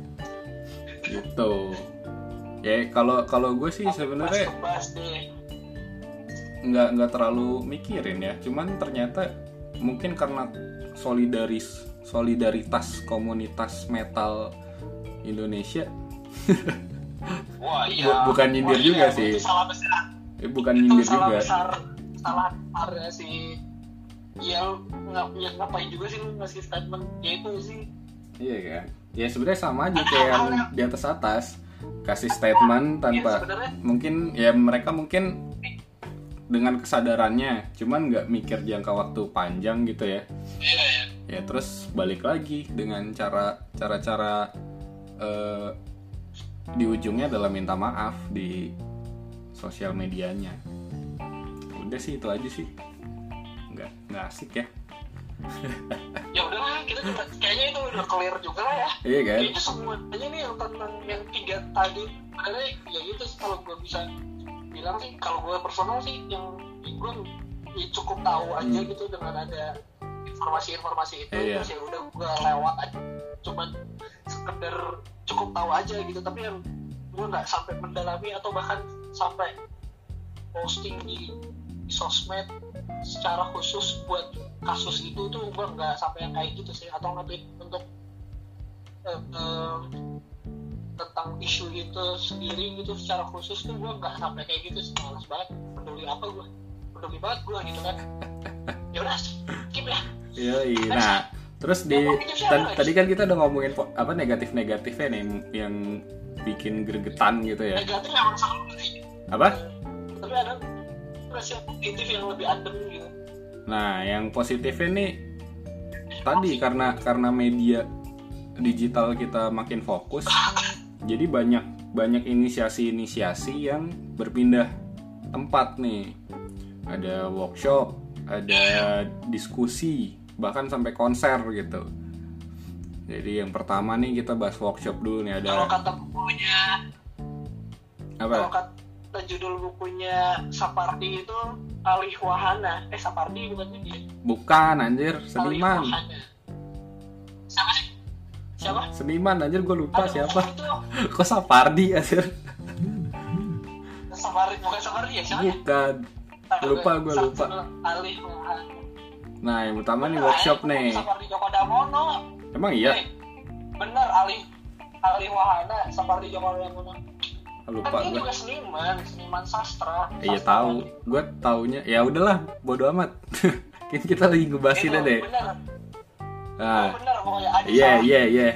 gitu ya. Kalau gue sih sebenarnya nggak terlalu mikirin ya, cuman ternyata mungkin karena solidaritas komunitas metal Indonesia. Wah, iya. Bukan nyindir juga sih. Bukan nyindir juga. Salah besar sih. Ya ngapain juga sih lu ngasih statement ya itu sih. Iya kan. Ya sebenarnya sama aja kayak yang di atas kasih statement tanpa mungkin ya mereka mungkin dengan kesadarannya, cuman nggak mikir jangka waktu panjang gitu ya. Iya. Ya terus balik lagi dengan cara-cara di ujungnya adalah minta maaf di sosial medianya. Udah sih itu aja sih, nggak asik ya. Ya udahlah, kita juga kayaknya itu udah clear juga lah ya. Iya kan? Kayaknya semuanya nih yang tentang yang 3 tadi sebenarnya ya itu kalau gue bisa bilang sih, kalau gue personal sih yang gue ya cukup tahu aja gitu dengan ada informasi-informasi itu. Iya. Terus ya udah gue lewat aja, cuman sekedar cukup tahu aja gitu, tapi yang gue nggak sampai mendalami atau bahkan sampai posting di sosmed secara khusus buat kasus itu tuh gue nggak sampai yang kayak gitu sih, atau nge-tweet untuk tentang isu itu sendiri gitu secara khusus tuh gue nggak sampai kayak gitu sih. Malas banget, peduli banget gue gitu kan. Ya udah skip ya. Iya. Nah, terus tadi kan kita udah ngomongin apa negatifnya nih yang bikin gregetan gitu ya. Negatif emang selalu sih. Apa? Tapi ada versi positif yang lebih adem gitu. Nah, yang positifnya nih tadi karena media digital kita makin fokus, jadi banyak inisiasi yang berpindah tempat nih. Ada workshop, ada diskusi, bahkan sampai konser gitu. Jadi yang pertama nih kita bahas workshop dulu nih, ada. Kalau kata bukunya, Apa? Kalau kata judul bukunya Sapardi itu Alih Wahana. Sapardi bukan dia. Bukan anjir, seniman. Siapa sih? Siapa? Seniman anjir, gue lupa siapa. Itu Kok Sapardi anjir? Sapardi, bukan Sapardi ya? Siapa? Bukan. Lupa. Alih Wahana. Nah, yang pertama nih workshop nih. Sapardi Djoko Damono. Emang iya? Bener, Alih Wahana, Sapardi Djoko Damono. Lupa Kan dia gue. juga seniman sastra. Iya tahu. Gue taunya ya udahlah, bodo amat. Kita lagi ngebahasin deh. Bener. Nah, Bener pokoknya ada. iya.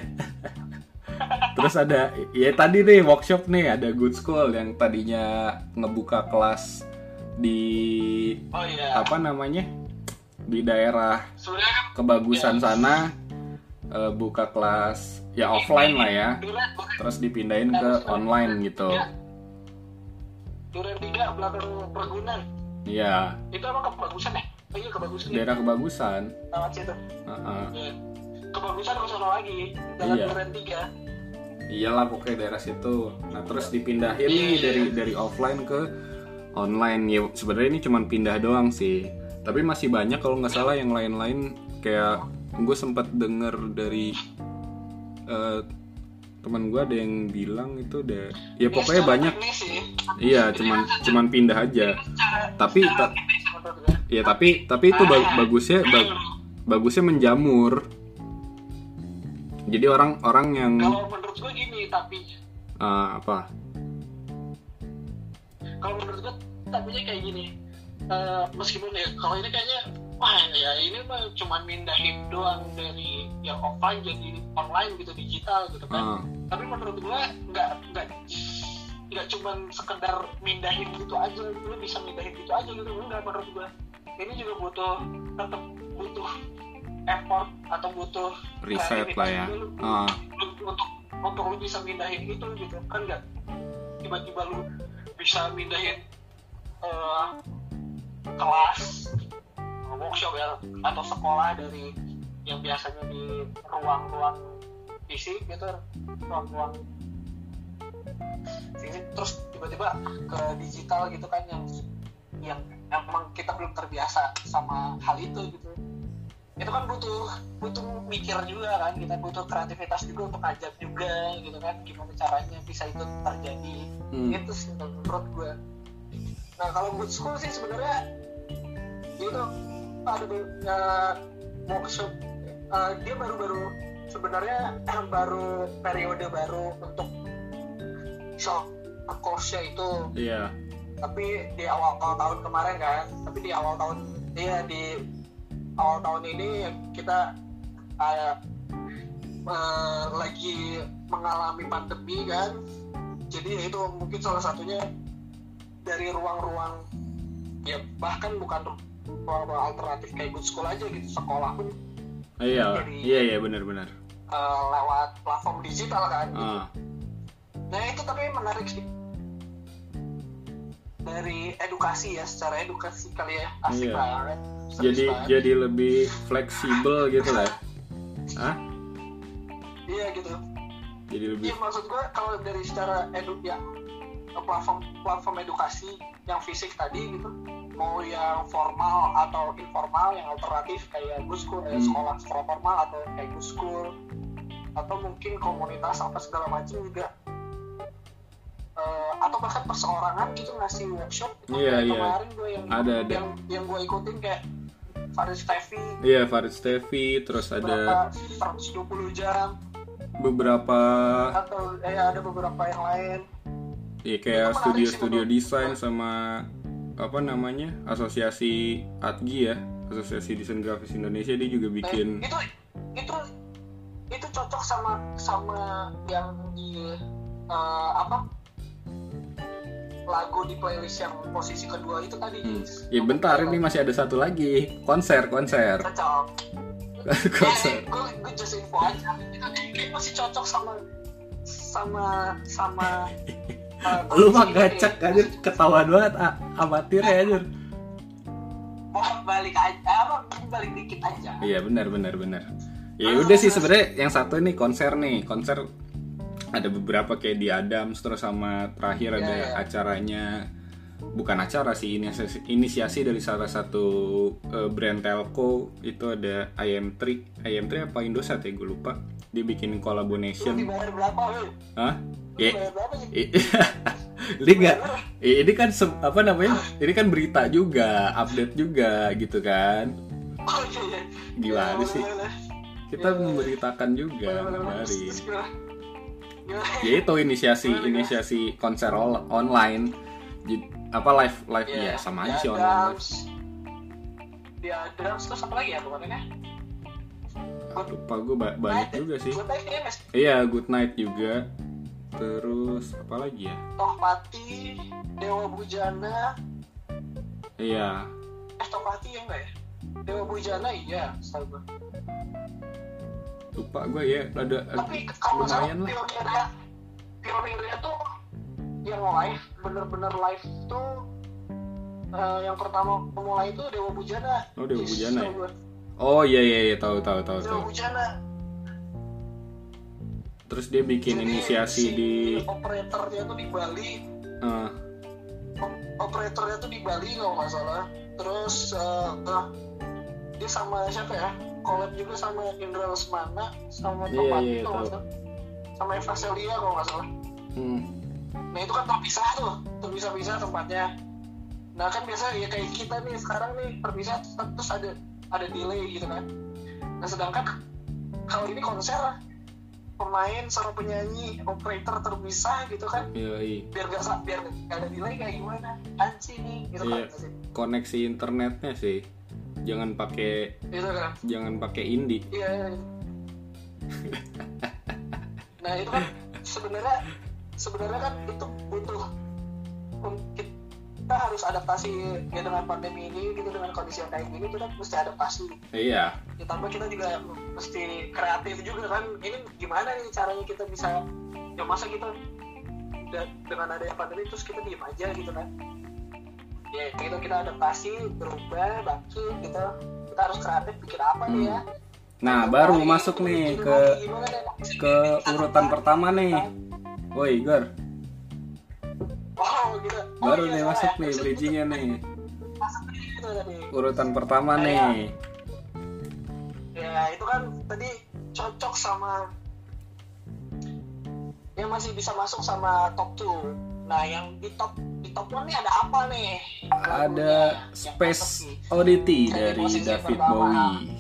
Terus ada ya tadi nih workshop nih, ada Good School yang tadinya ngebuka kelas di Oh iya. apa namanya? Di daerah Sebenarnya kan Kebagusan sana, buka kelas ya offline lah ya. Terus dipindahin ke online gitu. Duren 3 belakang pergunan. Iya, Itu emang Kebagusan ya? Oh iya, Kebagusan. daerah Kebagusan. Lewat situ. Ya. Kebagusan ke sana lagi. Jalan Iya. Duren 3. Iyalah pokoknya daerah situ. Nah, terus dipindahin nih dari offline ke online. Ya sebenarnya ini cuma pindah doang sih. Tapi masih banyak kalau nggak salah yang lain-lain, kayak gue sempat denger dari teman gue ada yang bilang itu udah ya pokoknya banyak. Iya, cuman pindah aja. Tapi ya tapi itu bagusnya menjamur. Jadi orang yang Kalau menurut gue gini, tapi apa? Kalau menurut gue tapinya kayak gini. Meskipun ya kalau ini kayaknya wah ya ini mah cuma mindahin doang dari yang offline jadi online gitu, digital gitu kan. Tapi menurut gue nggak cuma sekedar mindahin gitu aja, lu bisa mindahin gitu aja gitu, enggak. Menurut gue ini juga tetap butuh effort atau butuh riset lah ya. Untuk lu bisa mindahin itu gitu kan, nggak tiba-tiba lu bisa mindahin kelas workshop ya atau sekolah dari yang biasanya di ruang-ruang fisik gitu, ruang-ruang fisik, terus tiba-tiba ke digital gitu kan, yang emang kita belum terbiasa sama hal itu gitu. Itu kan butuh mikir juga kan, kita butuh kreativitas juga untuk ngajak juga gitu kan, gimana caranya bisa itu terjadi. Itu sih menurut gue. Nah kalau Good School sih sebenarnya itu ada workshop, dia baru sebenarnya baru periode baru untuk short course-nya itu. Iya. Tapi di awal tahun kemarin kan, di awal tahun ini kita lagi mengalami pandemi kan, jadi itu mungkin salah satunya dari ruang-ruang ya, bahkan bukan ruang-ruang alternatif kayak Good School aja gitu, sekolah pun iya benar lewat platform digital kan gitu. Nah itu tapi menarik sih dari edukasi ya, secara edukasi kali ya, asik Iya. banget. Serius banget. Jadi lebih fleksibel gitu lah. Hah? Iya gitu. Jadi lebih Iya, maksud gue kalau dari secara platform edukasi yang fisik tadi gitu, mau yang formal atau informal, yang alternatif kayak Good School, sekolah formal atau kayak Good School, atau mungkin komunitas apa segala macam juga, atau bahkan perseorangan gitu ngasih workshop itu. Iya, iya. Kemarin gue Ada. yang gue ikutin kayak Farid Steffi, Iya, Farid Steffi, terus ada 120 jam beberapa atau ada beberapa yang lain. ya kayak Itu menarik studio sih desain sama apa namanya, asosiasi ADGI ya, asosiasi desain grafis Indonesia, dia juga bikin. Itu cocok sama yang di lagu di playlist yang posisi kedua itu tadi. Ya bentar, ini masih ada satu lagi, konser. Cocok. Konser. Gue just info aja. Itu kayak masih cocok sama Lu mah gacak aja, ketahuan banget amatir ya anjir. Balik dikit aja. Iya benar. Ya udah sih sebenarnya yang satu nih konser ada beberapa kayak di Adams, terus sama terakhir ada acaranya, bukan acara sih, inisiasi dari salah satu brand telco, itu ada IM3 apa Indosat ya, gue lupa. Dia bikin collaboration. Dibayar berapa lu? Hah? Dibayar berapa sih? Ini kan apa namanya? Ini kan berita juga, update juga gitu kan. Oh iya. Gimana sih? Kita memberitakan juga ngabarin. Ya itu inisiasi konser online. Apa live ya sama aja sih online. Di Adams terus apa lagi ya kemarin ya? Lupa gue banyak juga sih. Good Night ya, Mas? Iya, Good Night juga. Terus apa lagi ya? Tohpati, Dewa Bujana. Iya. Tohpati ya enggak ya? Dewa Bujana iya, setahu gue. Lupa gue ya, ada tapi kalau lumayan lah. Pionirnya tuh yang live, bener-bener live tuh yang pertama memulai itu Dewa Bujana. Oh, Dewa Bujana ya? Oh iya, tahu. Dewa Bujana. Terus dia bikin inisiasi di operatornya tuh di Bali. Operatornya tuh di Bali kalau nggak salah. Terus dia sama siapa ya? Collab juga sama Indra Lesmana, sama Topati kalau nggak salah. Sama Eva Celia kalau nggak salah. Nah itu kan terpisah tempatnya. Nah kan biasa ya kayak kita nih sekarang nih terpisah terus ada delay gitu kan. Nah sedangkan kalau ini konser pemain sama penyanyi operator terpisah gitu kan. Iya. Biar gak ada delay kayak gimana anci nih gitu kan. Koneksi internetnya sih jangan pakai gitu kan. Jangan pakai indie. Iya. Nah itu kan sebenarnya kan itu butuh kita harus adaptasi ya dengan pandemi ini gitu, dengan kondisi yang kayak gini kita mesti adaptasi. Iya. Ditambah kita juga mesti kreatif juga kan. Ini gimana nih caranya kita bisa, ya masa kita dengan adanya pandemi terus kita diem aja gitu kan. Ya gitu, kita adaptasi, berubah, bangkit gitu. Kita harus kreatif, bikin apa nih ya. Nah baru masuk nih ke urutan pertama nih. Woi Igor. Oh gitu. Baru nih masuk nih bridgingnya nih. Urutan pertama nih. Ya itu kan tadi cocok sama yang masih bisa masuk sama top 2. Nah yang di top 1 nih ada apa nih? Ada Space Oddity dari David Bowie.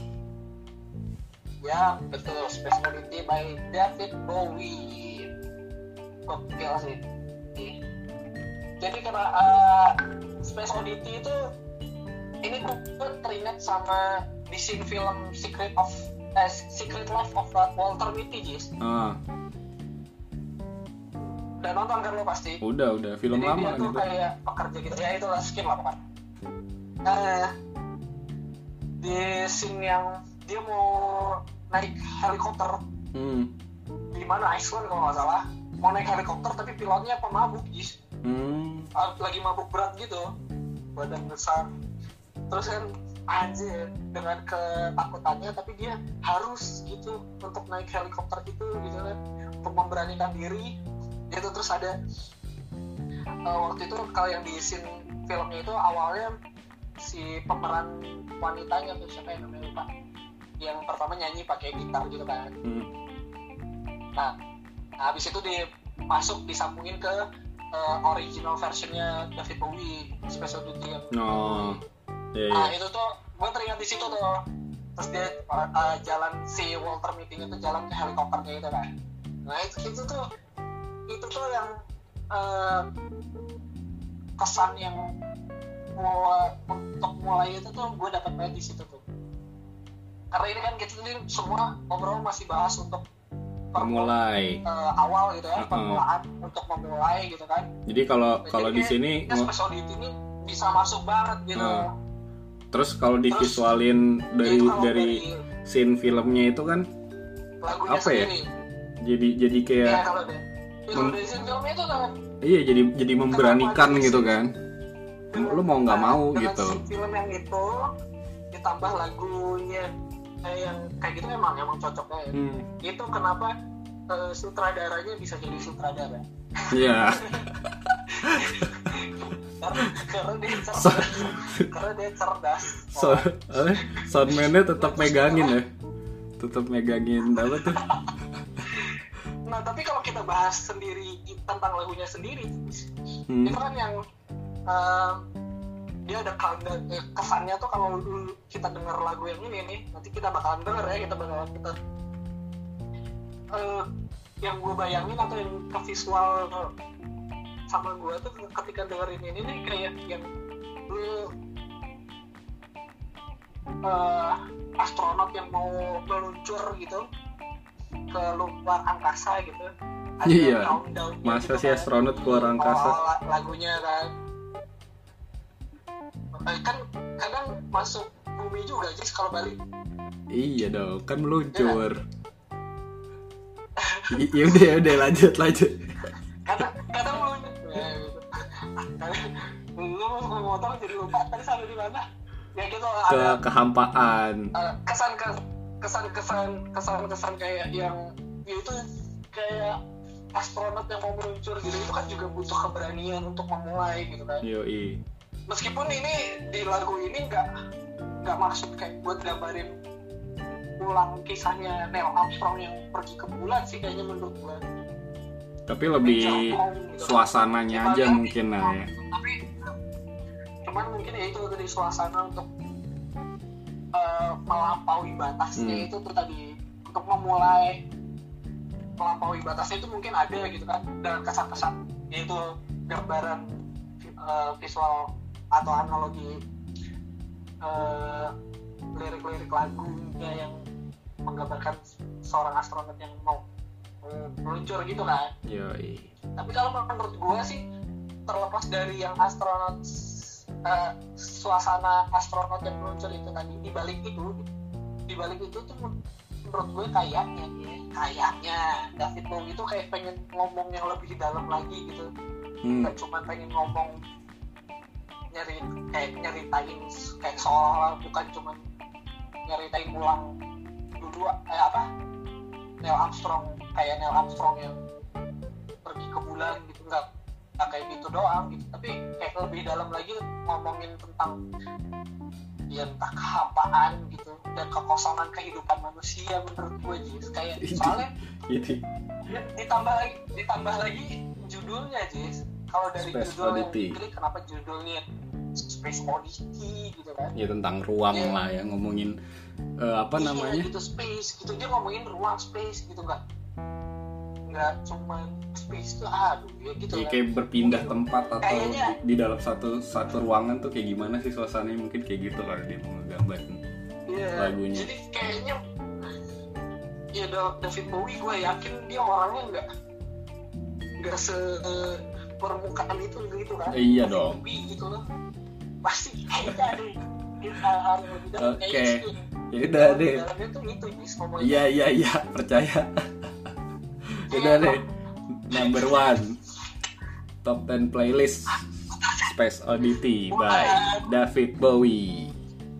Ya betul, Space Oddity by David Bowie. Gokil sih. Jadi karena Space Oddity itu ini gue teringat sama di scene film Secret Life of Walter Mitty, Jis. Udah nonton kan lo pasti? Udah film jadi lama dia tuh gitu. kayak pekerja gitu, ya itulah skin lah pokoknya. Di scene yang dia mau naik helikopter di mana Iceland kalau nggak salah, mau naik helikopter tapi pilotnya pemabuk, Jis. Lagi mabuk berat gitu, badan besar. Terus kan anjir, dengan ketakutannya tapi dia harus gitu untuk naik helikopter itu gitu kan, untuk memberanikan diri itu. Terus ada waktu itu kalau yang di scene filmnya itu awalnya si pemeran wanitanya tuh siapa yang namanya lupa, yang pertama nyanyi pakai gitar gitu kan. Nah habis itu disambungin ke original versionnya David Bowie, Special Duty yang nah itu tuh gue teringat di situ tuh. Terus dia jalan, si Walter Mitty itu jalan ke helikopternya itu kan. Nah itu tuh yang kesan yang untuk mulai itu tuh gue dapat banget di situ tuh. Karena ini kan kita tadi semua overall masih bahas untuk memulai awal gitu ya, permulaan untuk memulai gitu kan. Jadi kalau di sini Special Duty ini bisa masuk banget gitu. Terus kalau divisualin dari scene filmnya itu kan lagunya apa ya? Sendiri. Jadi kayak ya, kalau dari scene filmnya itu kan. Iya, jadi memberanikan gitu kan. Lu mau nggak mau gitu. Film yang itu ditambah lagunya yang kayak gitu emang cocoknya ya. Itu kenapa sutradaranya bisa jadi sutradara. Iya. karena dia cerdas. Soundman-nya tetap megangin ya. Tetap megangin apa tuh? Nah, tapi kalau kita bahas sendiri tentang lagunya sendiri, itu kan yang dia ada kesannya tuh kalau kita dengar lagu yang ini nih, nanti kita bakalan denger ya, kita yang gue bayangin atau yang ke visual sama gue tuh ketika dengerin ini nih kayak yang astronot yang mau meluncur gitu ke luar angkasa gitu. Iya. Masa gitu sih astronot keluar angkasa? Lagunya kan kadang masuk bumi juga sih kalau balik. Iya dong, kan meluncur. Ya udah lanjut. Kadang meluncur. Lu mau ngomong jadi lupa tadi sampai di mana? Ya gitu ada kehampaan. Kesan kayak yang ya itu kayak astronot yang mau meluncur gitu, itu kan juga butuh keberanian untuk memulai gitu kan. Yoi. Meskipun ini di lagu ini nggak maksud kayak buat gambarin ulang kisahnya Neil Armstrong yang pergi ke bulan sih kayaknya menurut gue. Tapi lebih gitu. Suasananya aja mungkin lah ya. Tapi cuman mungkin ya itu dari suasana untuk melampaui batasnya itu tuh tadi, untuk memulai melampaui batasnya itu mungkin ada gitu kan, dengan kesan-kesan yaitu gambaran visual atau analogi lirik-lirik lagunya yang menggambarkan seorang astronot yang mau meluncur gitu kan. Yoi. Tapi kalau menurut gue sih, terlepas dari yang astronot suasana astronot yang meluncur itu tadi, di balik itu tuh menurut gue kayaknya David Bowie itu kayak pengen ngomong yang lebih dalam lagi gitu. Gak cuma pengen ngomong nyeritain kayak seolah-olah bukan cuma nyeritain ulang dulu Neil Armstrong yang pergi ke bulan gitu, nggak kayak gitu doang gitu, tapi kayak lebih dalam lagi ngomongin tentang ya entah kehampaan gitu dan kekosongan kehidupan manusia menurut gue Jis. Kayak soalnya ditambah lagi judulnya Jis. Kalau dari judul yang dipilih, kenapa judulnya Space Oddity gitu kan? Ya tentang ruang lah ya, ngomongin namanya? Gitu space gitu, dia ngomongin ruang space gitu nggak cuma space tuh ya gitu ya, kayak berpindah tempat atau kayaknya, di dalam satu ruangan tuh kayak gimana sih suasananya, mungkin kayak gitu lah dia mau nggambarin lagunya. Jadi kayaknya ya David Bowie gue yakin dia orangnya nggak permukaan itu gitu kan. Iya dong. Gitu loh. Pasti kayaknya ada lebih dalam kayak gitu. Ya udah deh. Dalamnya tuh gitu bis ngomongnya. Iya percaya. Udah deh. Number 1. Top 10 Playlist Space Oddity by David Bowie.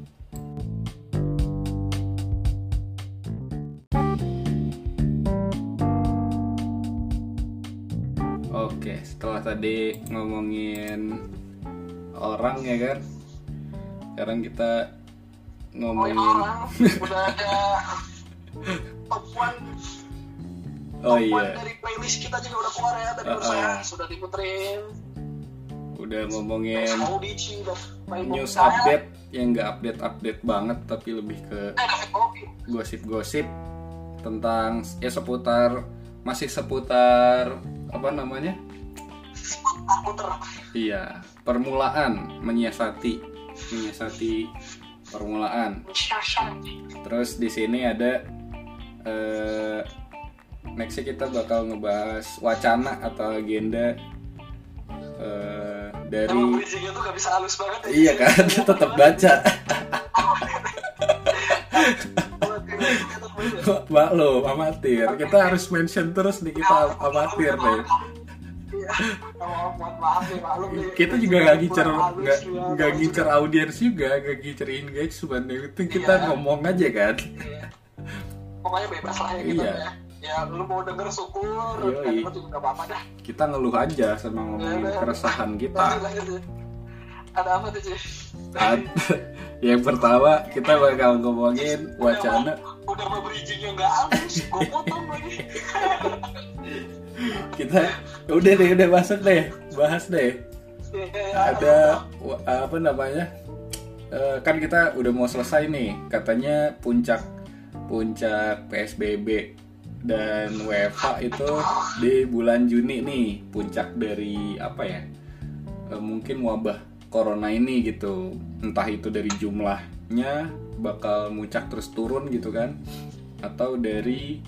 Oke, setelah tadi ngomongin orang ya kan, sekarang kita ngomongin orang udah ada top 1 oh iya, dari playlist kita juga udah keluar ya, tadi saya sudah diputerin. Udah ngomongin Audisi, news update yang nggak update banget, tapi lebih ke gosip-gosip tentang ya seputar apa namanya? Iya, permulaan, menyiasati permulaan. Terus di sini ada nextnya kita bakal ngebahas wacana atau agenda dari. Bridging-nya tuh gak bisa halus banget ya. Iya kan, tetap baca. Maklum, amatir. Kita harus mention terus nih, kita amatir deh. Maaf nih, maklum nih. Kita juga nggak ngincer audiens juga, nggak ngincer engagement. Yang penting kita ngomong aja kan. Pokoknya bebas lah ya kita ya. Ya lu mau denger syukur, kan lu juga gak apa-apa dah. Kita ngeluh aja sama ngomongin keresahan kita. Ada apa tuh, Ci? Yang pertama kita bakal ngomongin wacana. Udah mau bridging-nya gak halus, gue potong lagi. Kita udah masuk deh, bahas deh. Ada apa namanya? Kan kita udah mau selesai nih, katanya puncak PSBB dan WFH itu di bulan Juni nih, puncak dari apa ya? Mungkin wabah corona ini gitu. Entah itu dari jumlahnya bakal muncak terus turun gitu kan, atau dari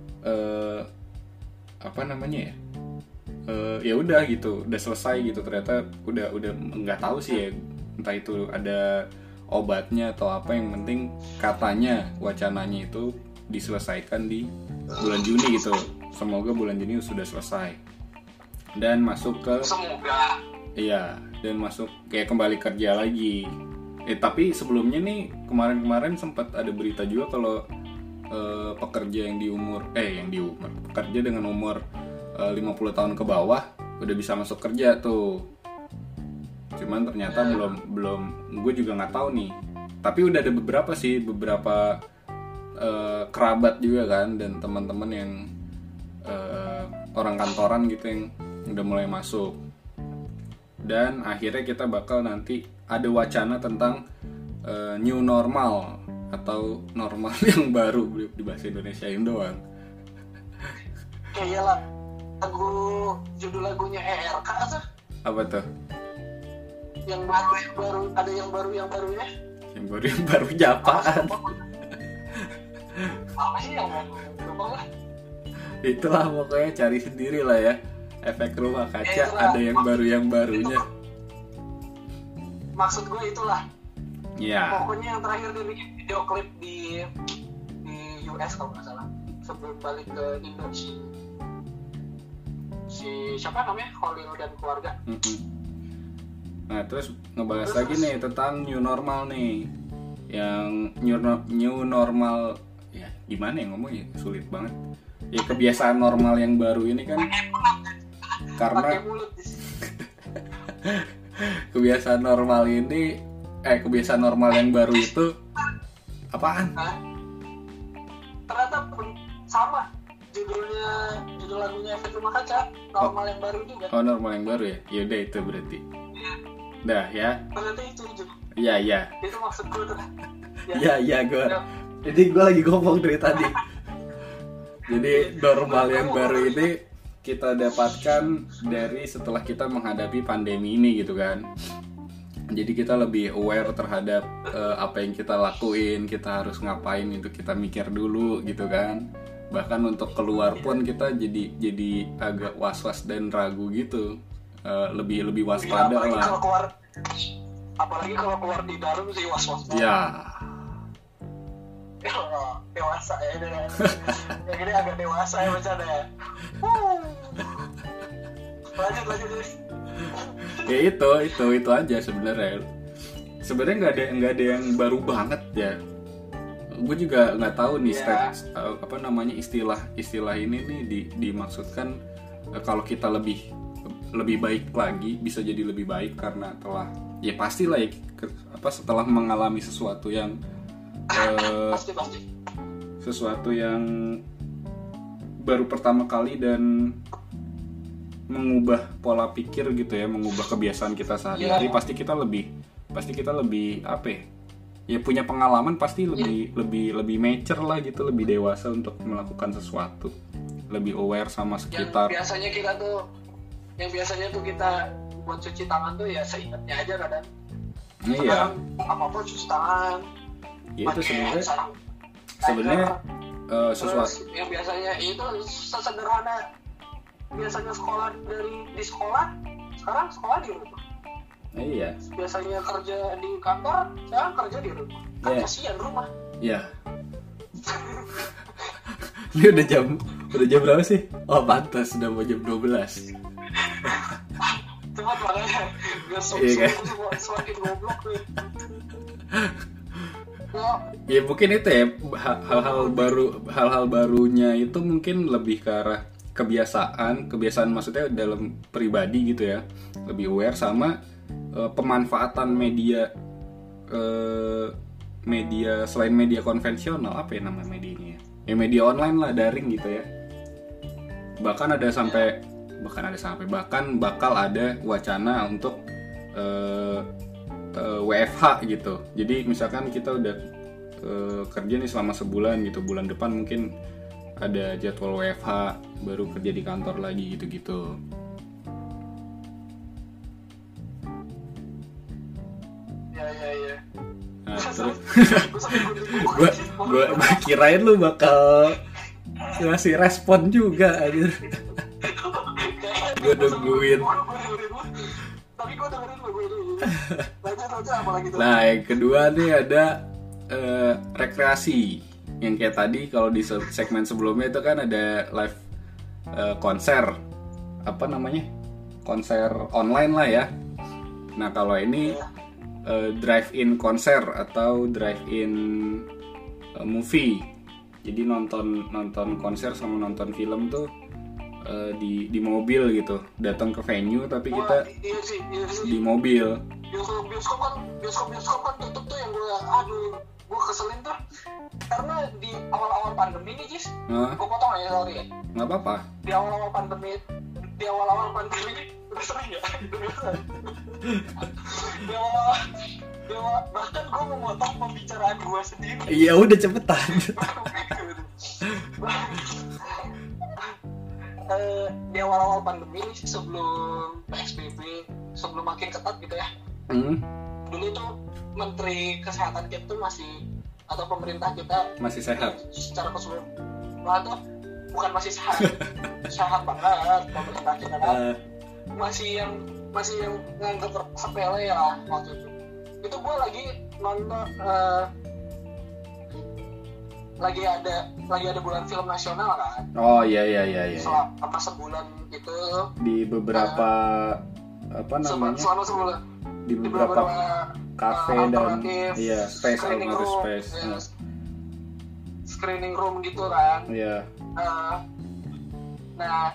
apa namanya ya? Ya udah gitu, udah selesai gitu. Ternyata udah nggak tahu sih ya, entah itu ada obatnya atau apa, yang penting katanya wacananya itu diselesaikan di bulan Juni gitu. Semoga bulan Juni sudah selesai dan masuk ke dan masuk kayak kembali kerja lagi. Tapi sebelumnya nih kemarin sempat ada berita juga kalau pekerja pekerja dengan umur 50 tahun ke bawah udah bisa masuk kerja tuh. Cuman ternyata belum gue juga nggak tahu nih. Tapi udah ada beberapa kerabat juga kan, dan teman-teman yang orang kantoran gitu yang udah mulai masuk. Dan akhirnya kita bakal nanti ada wacana tentang new normal atau normal yang baru di bahasa Indonesiain doang. Kayak judul lagunya ERK tuh. Apa tuh? Yang baru ada yang barunya. Yang barunya apaan? Apa sih yang baru lah? Itulah pokoknya, cari sendiri lah ya. Efek rumah kaca ada yang barunya. Maksud gue itulah. Iya. Pokoknya yang terakhir dia bikin video klip di US kalau nggak salah, sebelum balik ke Indonesia. Si siapa namanya? Hollywood dan keluarga. Nah terus ngebahas lagi nih tentang new normal nih. Yang new normal ya gimana ya ngomongnya, sulit banget. Ya kebiasaan normal yang baru ini kan karena kebiasaan normal yang baru itu apaan? Ternyata sama judul lagunya Efek Rumah Kaca, normal yang baru juga. Oh normal yang baru ya? Yaudah itu berarti. Dah ya. Ternyata itu juga. Iya. Itu maksud gue tuh. Iya gue. Jadi gue lagi ngomong dari tadi. Jadi normal yang baru ini kita dapatkan dari setelah kita menghadapi pandemi ini gitu kan. Jadi kita lebih aware terhadap apa yang kita lakuin, kita harus ngapain itu kita mikir dulu gitu kan. Bahkan untuk keluar pun kita jadi agak was-was dan ragu gitu. Lebih waspada lah. Apalagi kalau keluar di dalam sih was-was banget. Ya. Dewasa ya, yang ini agak dewasa ya bercanda ya. lanjut. Ya itu aja sebenarnya. Sebenarnya nggak ada yang baru banget ya. Gue juga nggak tahu nih apa namanya istilah ini nih dimaksudkan kalau kita lebih baik lagi, bisa jadi lebih baik karena ya pastilah ya setelah mengalami sesuatu yang pasti sesuatu yang baru pertama kali dan mengubah pola pikir gitu ya, mengubah kebiasaan kita sehari-hari. Pasti kita lebih apa ya punya pengalaman, pasti lebih mature lah gitu, lebih dewasa untuk melakukan sesuatu, lebih aware sama sekitar. Yang biasanya tuh kita buat cuci tangan tuh ya seingatnya aja kadang. Iya. Apapun cuci tangan. Ya itu sebenarnya sesuatu yang biasanya itu sesederhana biasanya di sekolah, sekarang sekolah di rumah. Iya. Biasanya kerja di kantor, sekarang kerja di rumah. Kan kasihan rumah. Iya. Ini udah jam berapa sih? Oh pantas, udah mau jam 12. Cepat makanya biar semakin goblok nih. Ya mungkin itu ya hal-hal barunya itu mungkin lebih ke arah kebiasaan maksudnya dalam pribadi gitu ya, lebih aware sama pemanfaatan media selain media konvensional, apa ya nama medianya ya, media online lah, daring gitu ya. Bahkan bakal ada wacana untuk WFH gitu. Jadi misalkan kita udah kerja nih selama sebulan gitu, bulan depan mungkin ada jadwal WFH, baru kerja di kantor lagi gitu-gitu. Ya. Nah, terus gue kirain lu bakal ngasih respon juga anjir. Gue nungguin. Tapi gue dengerin lu. Lanjut apa lagi tuh? Nah, yang kedua nih ada rekreasi. Yang kayak tadi kalau di segmen sebelumnya itu kan ada live konser, apa namanya, konser online lah ya. Nah kalau ini drive-in konser atau drive-in movie. Jadi nonton konser sama nonton film tuh di mobil gitu, datang ke venue tapi kita iya sih. di mobil. Bioskop kan tutup tuh, yang gue keselin tuh karena di awal-awal pandemi nih Jis, gue potong aja sorry ya. Nggak apa-apa. Di awal-awal pandemi udah sering ya. Di awal bahkan gue memotong pembicaraan gue sendiri. Iya udah cepetan. Di awal-awal pandemi sebelum PSBB, sebelum makin ketat gitu ya. Dulu tuh Menteri Kesehatan kita tuh atau pemerintah kita masih sehat. Secara keseluruhan tuh bukan masih sehat banget pemerintah kita kan. Masih yang nganggap sepele ya waktu itu. Itu gue lagi nonton lagi ada bulan film nasional kan. Oh iya. Selama sebulan itu di beberapa apa namanya? Selama sebulan di beberapa kafe dan space screening room gitu kan. Iya. Nah,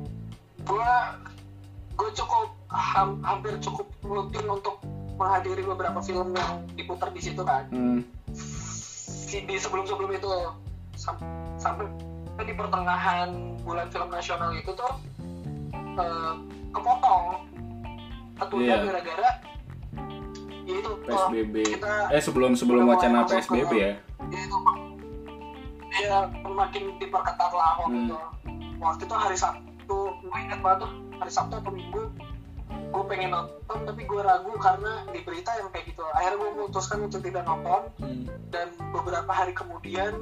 gue hampir cukup rutin untuk menghadiri beberapa film yang diputar di situ kan. Di sebelum itu sampai di pertengahan bulan film nasional itu tuh kepotong. Tentunya gara-gara itu PSBB. Sebelum wacana PSBB ya. Itu ya makin diperketat lah waktu itu. Waktu itu hari Sabtu, gue ingat banget tuh, hari Sabtu atau Minggu gue pengen nonton tapi gue ragu karena di berita yang kayak gitu. Akhirnya gue memutuskan untuk tidak nonton. Dan beberapa hari kemudian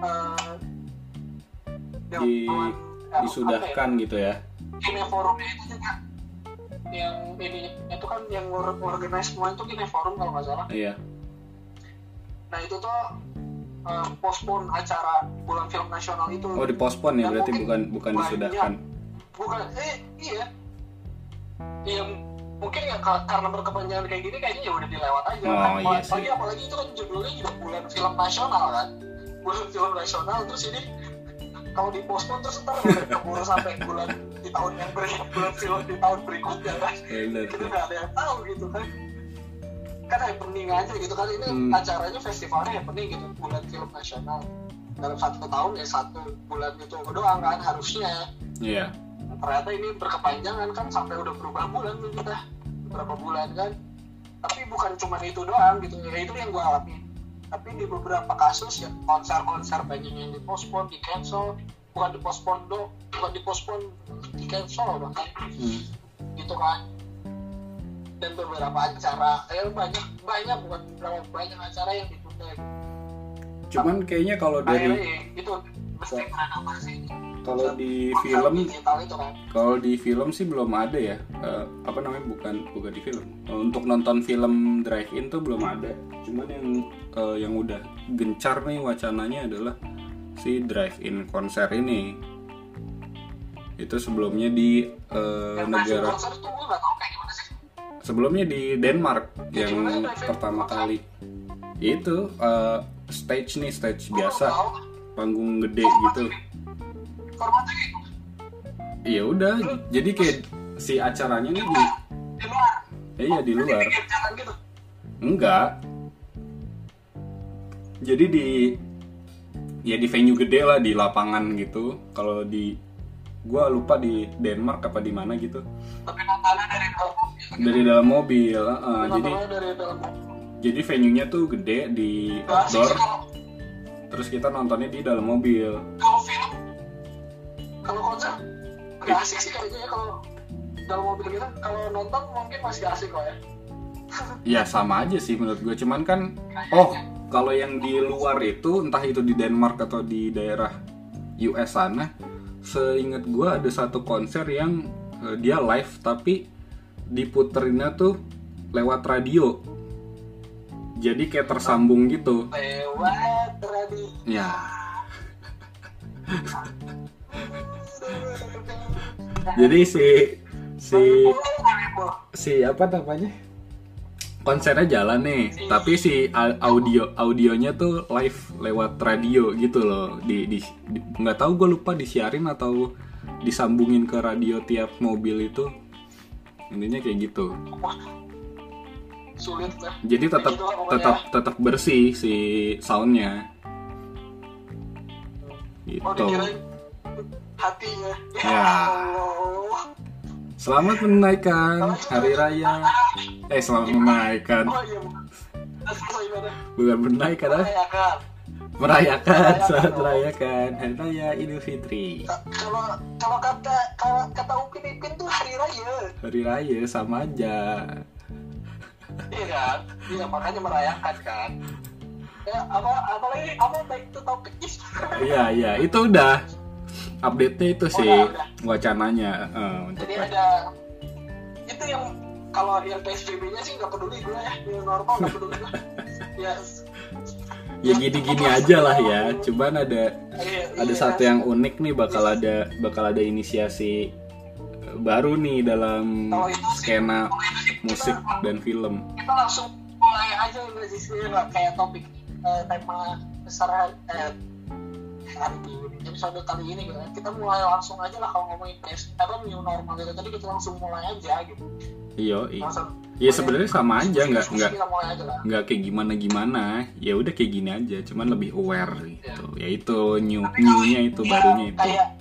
disudahkan gitu ya. Kineforumnya itu juga yang ini itu kan yang organize semua itu Kineforum kalau nggak salah. Iya. Nah itu tuh postpone acara bulan film nasional itu. Oh dipospon ya, berarti bukan disudahkan. Bukan, iya. ya mungkin ya karena berkepanjangan kayak gini kayaknya ya udah dilewat aja Oh, kan. iya Apalagi itu kan judulnya juga bulan film nasional kan, bulan film nasional, terus ini kalau dipospon terus ntar udah keburu sampai bulan di tahun yang bulan film di tahun berikutnya kan. Kita nggak ada yang tahu gitu kan happening aja gitu kan. Ini acaranya festivalnya happening gitu, bulan film nasional dalam 1 tahun ya 1 bulan itu doang kan harusnya. Iya. Ternyata ini berkepanjangan kan sampai udah berubah bulan tuh kita beberapa bulan kan. Tapi bukan cuma itu doang gitu ya, itu yang gue alami. Tapi di beberapa kasus ya konser-konser banyak yang dipospon, di cancel, bukan dipospon, di cancel bahkan gitu kan. Dan beberapa acara banyak bukan berapa banyak acara yang ditunda. Cuman kayaknya kalau dari itu mesti beradaptasi. Kalau di film digital itu kan. Kalau di film sih belum ada ya. Apa namanya? Bukan di film. Untuk nonton film drive-in tuh belum ada. Cuman yang udah gencar nih wacananya adalah si drive-in konser ini. Itu sebelumnya di negara konser tuh gue nggak tahu kayak gimana sih. Sebelumnya di Denmark yang pertama kali. Itu stage biasa. Panggung gede gitu. Formatnya gitu. Iya udah, jadi kayak si acaranya nih di luar. Iya di luar. Jalan gitu. Enggak. Jadi di venue gede lah, di lapangan gitu. Kalau gua lupa di Denmark apa di mana gitu. Tapi nontonnya dari dalam mobil. Jadi venue-nya tuh gede di outdoor. Terus kita nontonnya di dalam mobil. Kalau konser nggak asik sih kayaknya ya, kalau dalam mobil kita. Kalau nonton mungkin masih asik kok ya. Ya sama aja sih menurut gue, cuman kan kalau yang di luar itu entah itu di Denmark atau di daerah US sana, seingat gue ada satu konser yang dia live tapi diputerinnya tuh lewat radio. Jadi kayak tersambung gitu. Lewat radio. Ya. Jadi si apa namanya? Konsernya jalan nih, tapi si audionya tuh live lewat radio gitu loh. Nggak tahu, gue lupa disiarin atau disambungin ke radio tiap mobil itu. Intinya kayak gitu. Sulit lah. Jadi tetap bersih si soundnya. Gitu. Dikirain hatinya. Ya. Selamat menaikkan hari raya. Selamat menaikkan. Oh iya. Bukan menaikkan. Merayakan. Selamat merayakan hari raya Idul Fitri. Kalau kata Upin Ipin tuh hari raya. Hari raya sama aja. Iya kan? Iya makanya merayakan kan. Ya apa back to topic. Iya itu udah update-nya itu sih wacananya. Jadi ada itu yang kalau yang PSBB-nya sih nggak peduli gue ya, yang normal nggak peduli gue. Ya gini-gini aja lah ya. Cuman ada satu yang unik nih, bakal ada inisiasi baru nih dalam skena musik dan film. Kita langsung mulai aja nggak kayak topik tema besar hari ini, episode kali ini gitu. Kita mulai langsung aja lah kalau ngomongin new normal gitu. Tadi kita langsung mulai aja gitu. Iya. Ya sebenarnya sama aja, nggak kayak gimana. Ya udah kayak gini aja, cuman lebih aware gitu. Ya itu new-nya itu barunya itu.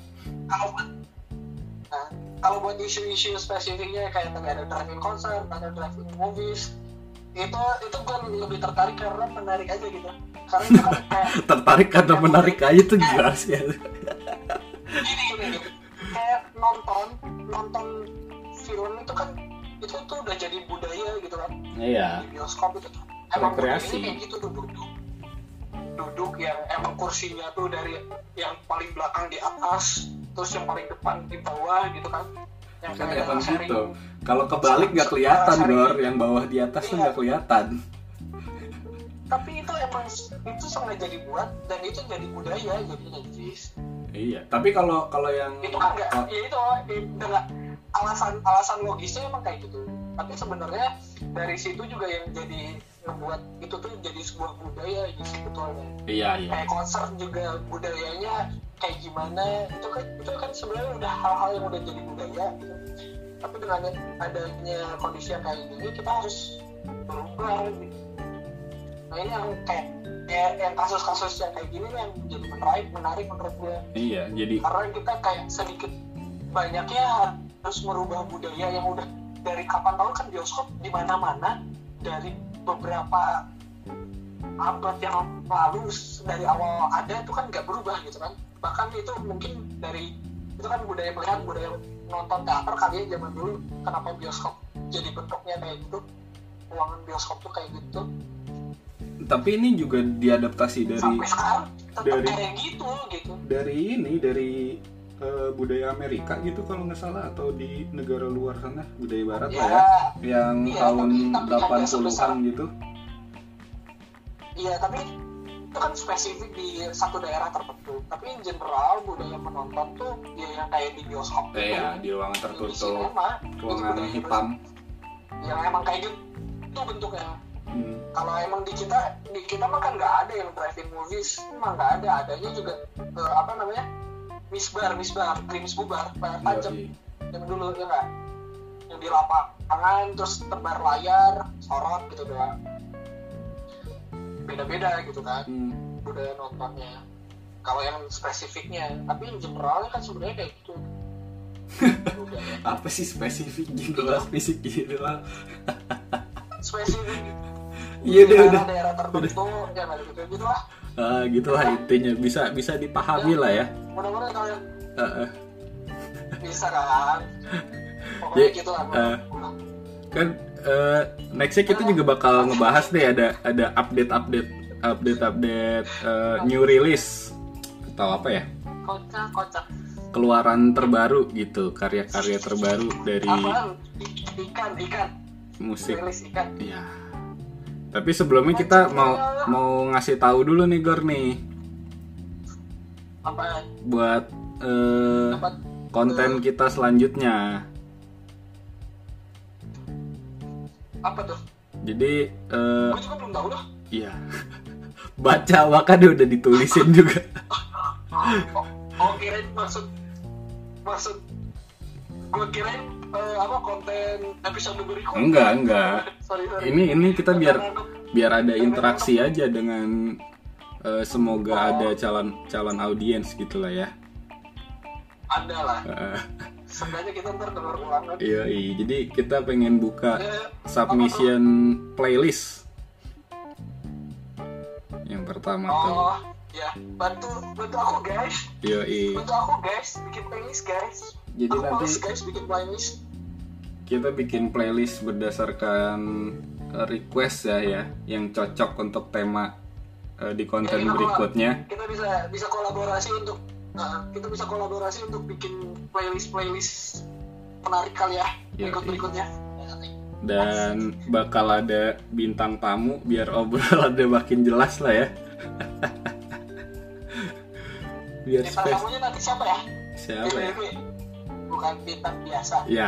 Kalau buat isu-isu spesifiknya kayak ada drive-in concert, ada drive-in movies, itu gue lebih tertarik karena menarik aja gitu. Karena itu kan kayak tertarik karena menarik aja tuh gimana sih? Gini. Kayak nonton film itu kan itu tuh udah jadi budaya gitu kan. Iya. Di bioskop itu emang rekreasi. Kayak gitu tuh duduk yang emang kursinya tuh dari yang paling belakang di atas, terus yang paling depan di bawah gitu kan. Yang kan emang gitu. Kalau kebalik nggak kelihatan Dor, yang bawah di atas tuh nggak kelihatan. Tapi itu emang itu sengaja dibuat dan itu jadi budaya, jadi najis. Iya. Tapi kalau yang itu kan nggak, ya itu alasan logisnya emang kayak gitu. Tapi sebenarnya dari situ juga yang jadi ngebuat itu tuh jadi sebuah budaya gitu sebetulnya. Iya. Kayak konser juga budayanya kayak gimana, itu kan sebenarnya udah hal-hal yang udah jadi budaya gitu. Tapi dengan adanya kondisi yang kayak gini kita harus berubah gitu. Nah ini yang kayak yang kasus-kasus yang kayak gini yang jadi menarik menurut gue. Iya, jadi karena kita kayak sedikit banyaknya harus merubah budaya yang udah dari kapan tahu kan bioskop di mana-mana dari beberapa abad yang lalu dari awal ada itu kan nggak berubah gitu kan. Bahkan itu mungkin dari itu kan budaya melihat budaya nonton teater kali ya zaman dulu, kenapa bioskop jadi bentuknya kayak gitu, ruangan bioskop tuh kayak gitu. Tapi ini juga diadaptasi dari sampai sekarang tetap kayak gitu dari budaya Amerika gitu kalau nggak salah, atau di negara luar sana budaya barat ya, lah ya yang tahun tapi 80-an gitu. Iya, tapi itu kan spesifik di satu daerah tertentu. Tapi in general budaya menonton tuh ya yang kayak di bioskop gitu. Iya, di ruangan tertutup, sinema, ruangan hitam. Yang emang kayak gitu itu bentuknya. Kalau emang di kita mah kan nggak ada yang drive-in movies, emang nggak ada. Adanya juga misbar, grimis bubar, layar tancap yang dulu ya nggak, yang di lapangan terus tebar layar, sorot gitu doang. Beda-beda gitu kan budaya nontonnya. Kalau yang spesifiknya, tapi in generalnya kan sebenarnya kayak gitu. Apa sih spesifik general spesifik gitu lah? Spesifik. Iya daerah tertentu ya nggak gitu lah. Gitulah intinya, bisa dipahami lah ya. Mudah-mudahan kalian bisa kan. Pokoknya gitu lah. Kan nextnya kita juga bakal ngebahas deh, ada update new release atau apa ya? Kocak. Keluaran terbaru gitu, karya-karya terbaru dari ikan. Musik. Rilis ikan. Iya. Tapi sebelumnya kita mau ngasih tahu dulu nih Gor nih. Apa? Buat konten kita selanjutnya. Apa tuh? Jadi gue juga belum tahu dah. Iya. Baca bahkan udah ditulisin juga. Kirain maksud gue kirain konten episode berikutnya. Enggak. Sorry. Ini kita biar ada interaksi aja dengan semoga ada calon audiens gitulah ya. Ada lah. Sebenarnya kita ntar denger ulang kan. Iya, jadi kita pengen buka submission playlist. Yang pertama tuh. Ya, bantu aku guys. Bantu aku guys, bikin playlist guys. Jadi aku nanti guys bikin playlist. Kita bikin playlist berdasarkan request ya, yang cocok untuk tema di konten berikutnya. Kita bisa kolaborasi untuk bikin playlist menarik kali ya berikutnya. Dan bakal ada bintang tamu biar obrolannya makin jelas lah ya. Biar bintang tamunya nanti siapa ya? Siapa ya? Bukan bintang biasa. Ya.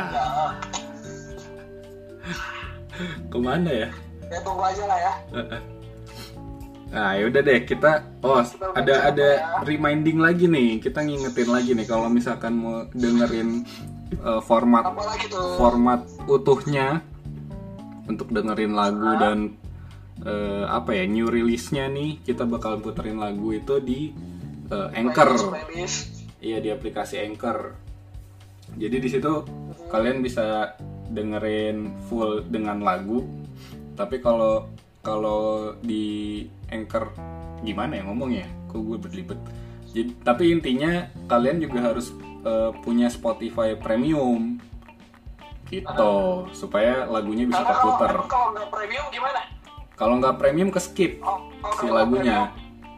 Kemana ya? Ya tunggu aja lah ya. Nah yaudah deh kita ada reminding lagi nih, kita ngingetin lagi nih kalau misalkan mau dengerin format utuhnya untuk dengerin lagu dan new release-nya nih, kita bakal puterin lagu itu di Anchor. Iya, di aplikasi Anchor. Jadi di situ kalian bisa dengerin full dengan lagu. Tapi kalau di Anchor gimana ya ngomongnya? Kok gue berlibet. Jadi, tapi intinya kalian juga harus punya Spotify Premium gitu, supaya lagunya bisa keputar. Kalau nggak premium gimana? Kalau nggak premium ke skip si lagunya.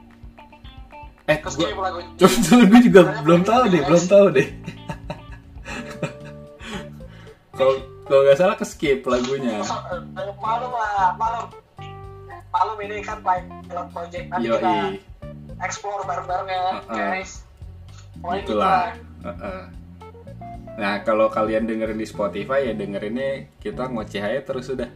Gue juga belum tahu deh. Kalau nggak salah ke skip lagunya. Malum ini kan pilot project, nanti kita explore bareng-bareng ya guys. Itulah. Nah, kalau kalian dengerin di Spotify ya dengerinnya kita ngoceh aja terus udah.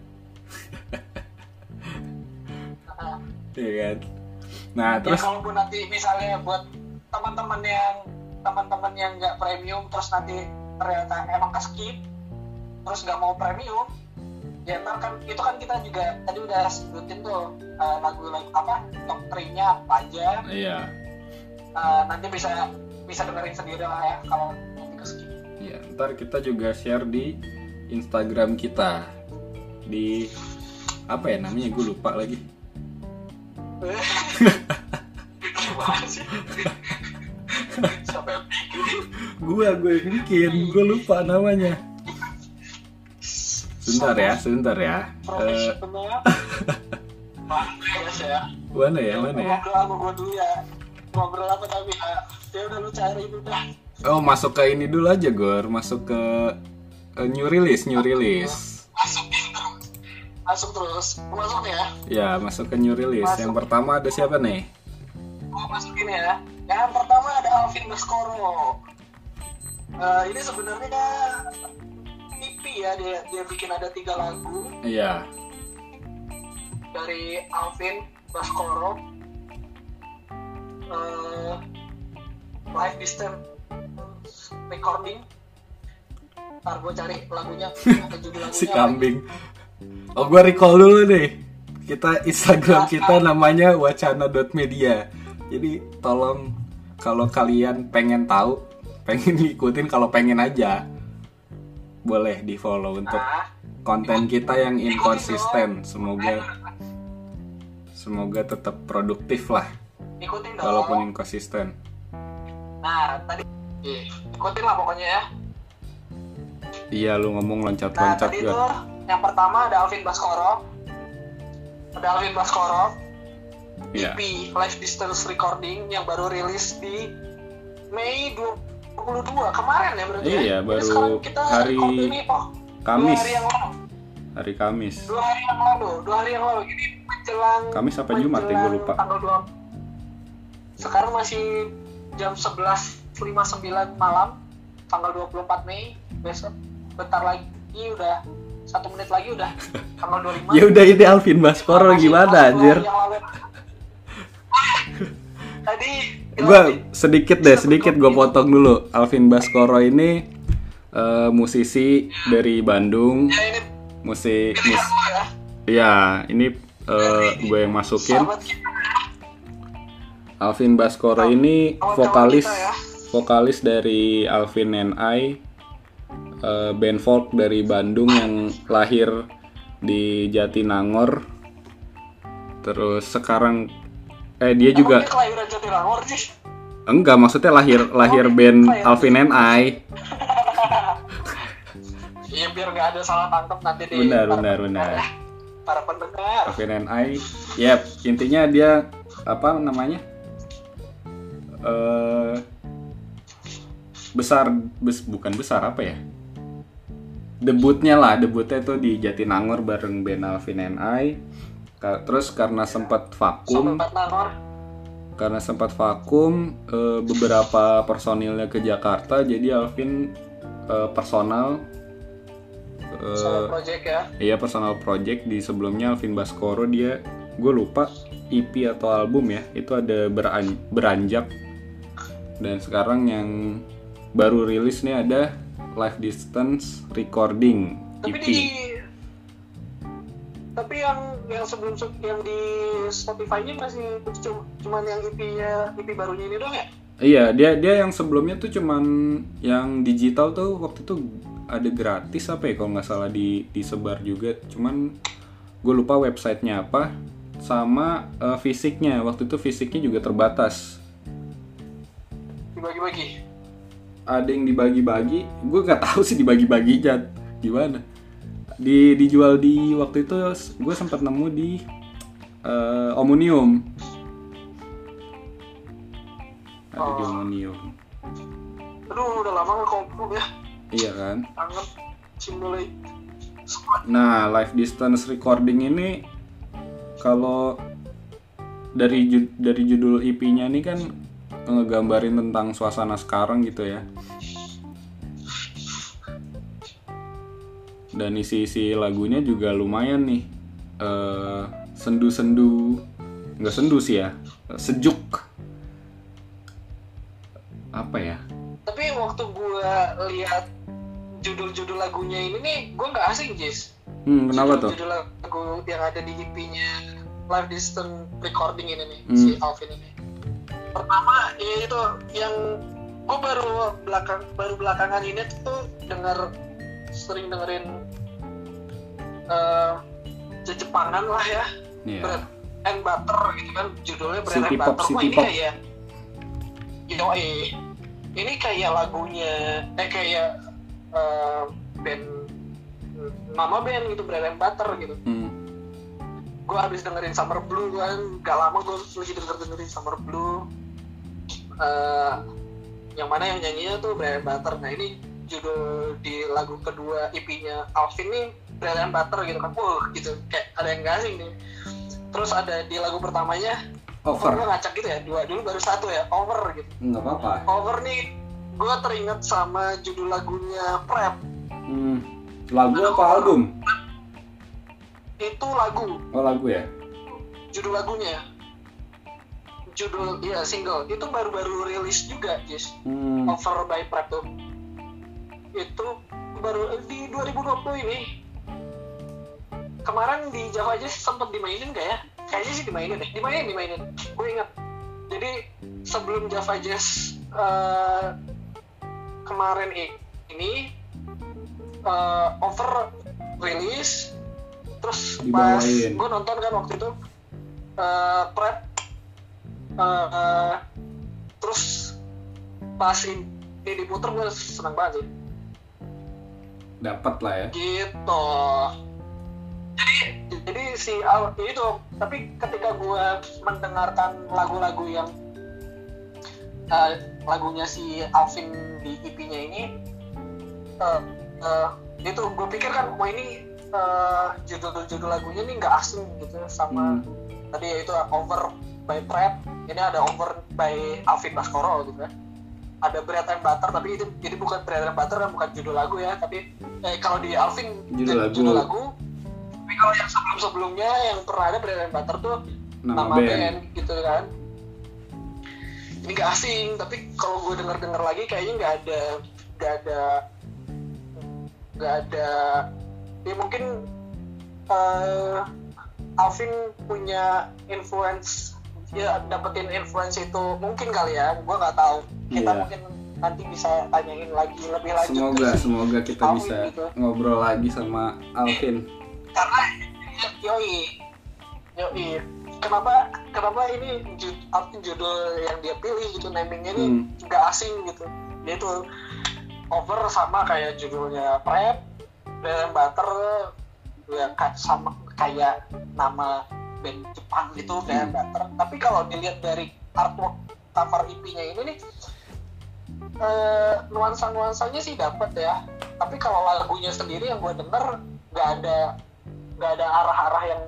Iya kan? Nah, Ya terus kalaupun nanti misalnya buat teman-teman yang nggak premium terus nanti ternyata emang ke-skip terus nggak mau premium, ya ntar kan itu kan kita juga tadi udah sebutin tuh lagu-lagu apa top 3-nya apa aja. iya. Nanti bisa dengerin sendiri lah ya kalau nanti ke-skip. Iya, ntar kita juga share di Instagram kita. Di apa ya namanya? Gue lupa lagi. Gimana sih? Siapa yang bikin? Gue yang bikin, gue lupa namanya. Sebentar ya. Profesional. Mas ya. Mana ya? Ngobrol sama gue dulu ya. Ngobrol apa tapi ya udah lu cari udah. Oh, masuk ke ini dulu aja, Gor. Masuk ke new release. Masuk terus. Masuk ya. Ya, masuk ke new release. Masuk. Yang pertama ada siapa nih? Masuk ini ya. Yang pertama ada Alvin Baskoro. Ini sebenarnya EP ya, dia bikin ada 3 lagu Iya. dari Alvin Baskoro. Live distance recording. Ntar gue cari lagunya, judul lagunya. Si kambing. Oh, gue recall dulu nih. Kita Instagram kita namanya wacana.media. Jadi tolong kalau kalian pengen tahu, pengen ngikutin, kalau pengen aja boleh di follow untuk konten kita yang inkonsisten. Semoga tetap produktif lah Ikutin dong. walaupun inkonsisten. Nah tadi ikutin lah pokoknya ya. Iya, lu ngomong Nah loncat-loncat tadi juga. tuh yang pertama ada Alvin Baskoro. Iya. EP Live Distance Recording yang baru rilis di Mei 22 kemarin ya berarti. Iya, ya? baru Jadi sekarang kita hari record ini, Kamis. 2 hari yang lalu. Hari Kamis. 2 hari yang lalu. Jadi menjelang Kamis apa Jumat ya, gue lupa. Tanggal 2. Sekarang masih jam 11.59 malam, tanggal 24 Mei. Besok bentar lagi udah 1 menit lagi udah tanggal 25. Ya udah, ini Alvin Baskoro gimana anjir? Tadi Gue sedikit gue potong dulu. Alvin Baskoro ini musisi dari Bandung. ya ini Ya, ini gue yang masukin. sahabat kita. Alvin Baskoro ini Kawan-kawan kita ya. vokalis dari Alvin and I, band folk dari Bandung yang lahir di Jatinangor. Terus sekarang dia juga Emang dia kelahiran Jatinangor sih. enggak, maksudnya lahir band Alvin and I. Iya biar nggak ada salah tangkap nanti di Benar. para pendengar. Alvin and I, yep, intinya dia apa namanya? Bukan besar apa ya? Debutnya tuh di Jatinangor bareng band Alvin and I. Terus karena sempat vakum, beberapa personilnya ke Jakarta, jadi Alvin personal project ya. Iya, personal project. Di sebelumnya Alvin Baskoro dia, gue lupa EP atau album ya, itu ada beranjak. Dan sekarang yang baru rilis nih ada Live Distance Recording EP. Tapi yang sebelum yang di Spotify-nya masih cuman yang EP barunya ini doang ya? Iya, dia yang sebelumnya tuh cuman yang digital tuh waktu itu ada gratis apa ya kalau nggak salah, disebar juga. Cuman gue lupa websitenya apa, sama fisiknya. Waktu itu fisiknya juga terbatas. Dibagi-bagi? Ada yang dibagi-bagi, gue nggak tahu sih dibagi-baginya gimana. Dijual di waktu itu gue sempat nemu di Omnium. Ada di Omnium. Aduh, udah lama nggak komputer ya. Iya kan? Kangen simulate. Nah, live distance recording ini kalau dari judul EP-nya ini kan ngegambarin tentang suasana sekarang gitu ya. Dan isi lagunya juga lumayan nih, sendu-sendu, nggak sendu sih ya, sejuk, apa ya. Tapi waktu gue lihat judul-judul lagunya ini nih, gue nggak asing, Jis. Kenapa tuh? Judul lagu yang ada di EP-nya Live Distance Recording ini nih, si Alvin ini. Pertama itu yang gue baru belakangan ini tuh sering dengerin Jepangan lah ya, Bread and Butter gitu kan, judulnya Bread and Butter. Wah ini kayak ini kayak lagunya kayak band, nama band gitu, Bread and Butter gitu. Gue habis dengerin Summer Blue kan, gak lama gue lagi dengerin Summer Blue, yang mana yang nyanyinya tuh Bread and Butter. Nah ini judul di lagu kedua EP-nya Alvin nih, Bread and Butter gitu kan, gitu kayak ada yang gak asing nih. Terus ada di lagu pertamanya Over. Gue ngacak gitu ya, dua dulu baru satu ya, Over gitu. Nggak apa-apa. Over nih gue teringat sama judul lagunya Prep. Lagu apa album? Itu lagu. Oh lagu ya? Judul lagunya. Judul, ya single. Itu baru-baru rilis juga, Jis. Over by Prep tuh. Itu baru di 2020 ini. Kemarin di Java Jazz sempat dimainin gak ya? Kayaknya sih dimainin deh. Dimainin. Gue ingat. Jadi sebelum Java Jazz kemarin ini Over rilis, terus pas gue nonton kan waktu itu Prep, terus pas ini diputer gue senang banget sih. Dapat lah ya. Gitu. Jadi si itu, tapi ketika gue mendengarkan lagu-lagu yang lagunya si Alvin di EP-nya ini, itu gue pikir kan, ini judul lagunya ini nggak asing gitu sama tadi yaitu Over by Prep, ini ada Over by Alvin Baskoro gitu kan. Ada Bread and Butter, tapi itu jadi bukan Bread and Butter kan, bukan judul lagu ya, tapi kalau di Alvin judul lagu. Tapi kalau yang sebelumnya yang pernah ada Bread and Butter tuh nama band gitu kan. Ini nggak asing, tapi kalau gue denger lagi kayaknya nggak ada ya mungkin Alvin punya influence ya, dapetin influence itu mungkin kali ya, gue nggak tahu. Kita mungkin nanti bisa tanyain lagi lebih lanjut. Semoga kita Alvin bisa gitu ngobrol lagi sama Alvin. Karena yoi kenapa ini judul yang dia pilih gitu, namingnya ini nggak asing gitu. Dia tuh Over sama kayak judulnya Prep, Bread and Butter ya sama kayak nama band Jepang gitu, Bread and Butter. Tapi kalau dilihat dari artwork cover EP-nya ini nih, nuansa-nuansanya sih dapat ya. Tapi kalau lagunya sendiri yang gue denger nggak ada arah-arah yang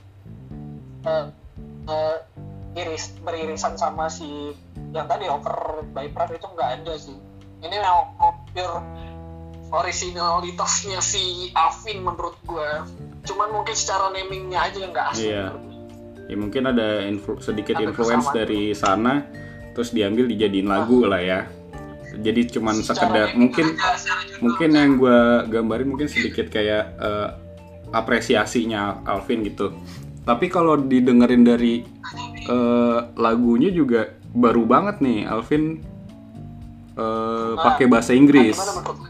beririsan sama si yang tadi Over by Prep, itu nggak ada sih. Ini memang pure originalitasnya si Alvin menurut gue. Cuman mungkin secara namingnya aja yang nggak asing. Iya. Ya mungkin ada sedikit influence dari sana, terus diambil dijadiin lagu lah ya. Jadi cuman sekedar mungkin yang gue gambarin mungkin sedikit kayak apresiasinya Alvin gitu. Tapi kalau didengerin dari lagunya juga baru banget nih Alvin pakai bahasa Inggris.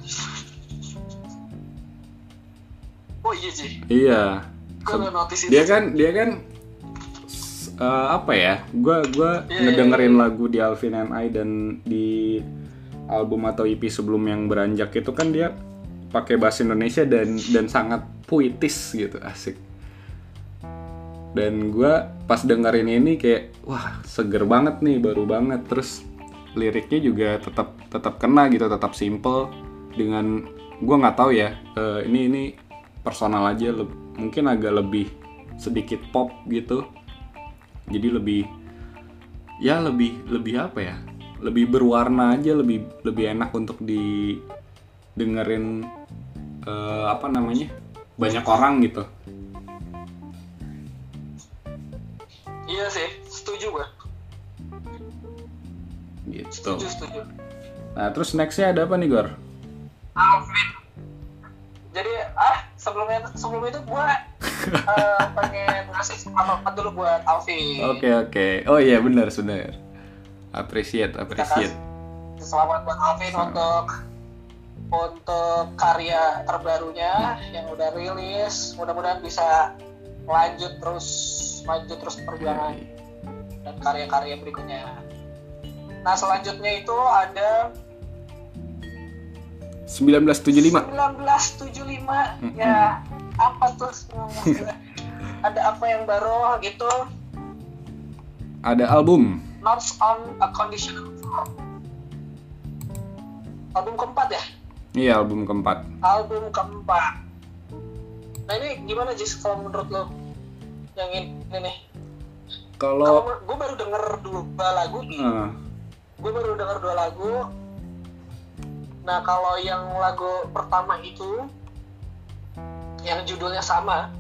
Oh iya sih. Iya. Dia kan apa ya? Gua ngedengerin lagu di Alvin and I dan di album atau EP sebelum yang Beranjak itu kan dia pakai bahasa Indonesia dan sangat puitis gitu, asik. Dan gue pas dengerin ini kayak wah seger banget nih, baru banget. Terus liriknya juga tetap kena gitu, tetap simple. Dengan gue nggak tahu ya, ini personal aja, mungkin agak lebih sedikit pop gitu. Jadi lebih apa ya? Lebih berwarna aja, lebih enak untuk didengerin apa namanya, banyak orang gitu. Iya sih, setuju gue. Gitu. Setuju. Nah terus nextnya ada apa nih Gor? Alvin. Jadi sebelum itu gue pengen ngasih selamat dulu buat Alvin. Oke. Oh iya benar. Appreciate. Selamat buat Alvin untuk karya terbarunya yang udah rilis. Mudah-mudahan bisa maju terus perjuangan dan karya-karya berikutnya. Nah selanjutnya itu ada 1975. Ya apa tuh? Ada apa yang baru gitu? Ada album Not on a Conditional Floor. Album keempat ya? Iya, album keempat. Nah ini gimana Jis kalau menurut lo yang ini nih? Kalau gue baru denger dua lagu nih. Nah kalau yang lagu pertama itu yang judulnya sama,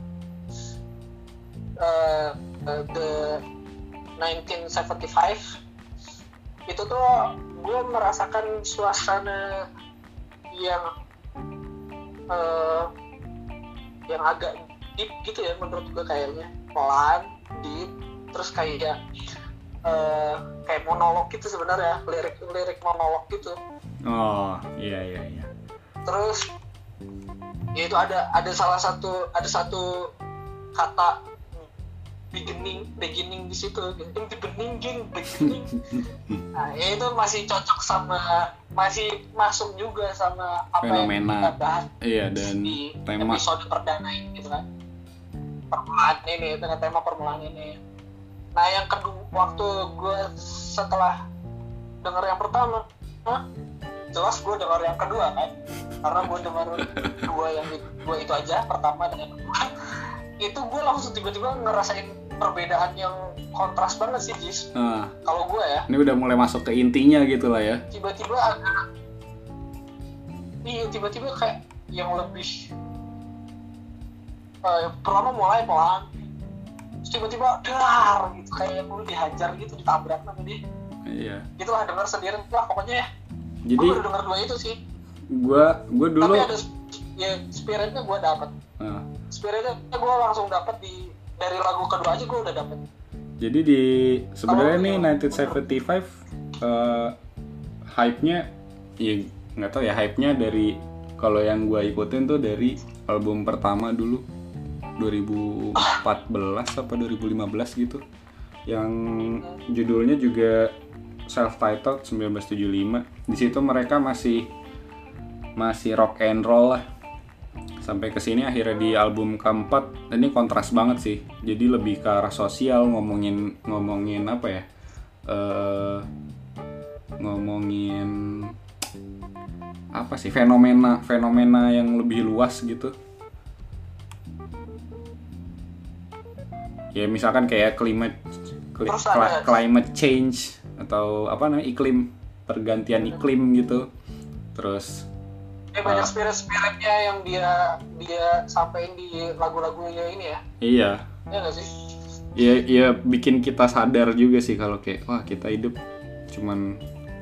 The 1975, itu tuh gue merasakan suasana yang agak deep gitu ya menurut gue, kayaknya pelan, deep, terus kayak monolog gitu sebenarnya, lirik monolog gitu. Oh iya. Terus ya itu ada satu kata beginning di situ, beginning. Nah itu masih cocok masih masuk juga sama apa fenomena yang kita bahas dan di tema episode perdana ini gitu kan, dengan tema permulaan ini. Nah yang kedua, waktu gue setelah denger yang pertama, jelas gue denger yang kedua kan, karena gue denger dua itu aja, pertama dan yang kedua itu gue langsung tiba-tiba ngerasain perbedaan yang kontras banget sih Jis. Kalau gue ya, ini udah mulai masuk ke intinya gitu lah ya. Tiba-tiba kayak yang lebih pertama mulai pelan, terus tiba-tiba dar gitu, kayak lu dihajar gitu, ditabrak sama dia. Iya. Itulah, dengar sendiri lah pokoknya ya. Jadi gue baru dengar dua itu sih. Gue dulu. Tapi ada ya spiritnya gue dapet. Spiritnya gue langsung dapet dari lagu kedua aja gue udah dapet. Jadi sebenarnya nih 1975 hype-nya ya nggak tahu ya, hype-nya dari, kalau yang gue ikutin tuh dari album pertama dulu 2014 apa 2015 gitu, yang judulnya juga self-titled 1975. Di situ mereka masih rock and roll lah. Sampai kesini akhirnya di album keempat, ini kontras banget sih. Jadi lebih ke arah sosial, ngomongin apa ya? Ngomongin apa sih, fenomena yang lebih luas gitu. Ya misalkan kayak climate change atau apa namanya, pergantian iklim gitu. Terus banyak spiritnya yang dia sampaikan di lagu-lagunya ini ya. Iya. Iya nggak sih? Iya, bikin kita sadar juga sih kalau kayak wah, kita hidup cuman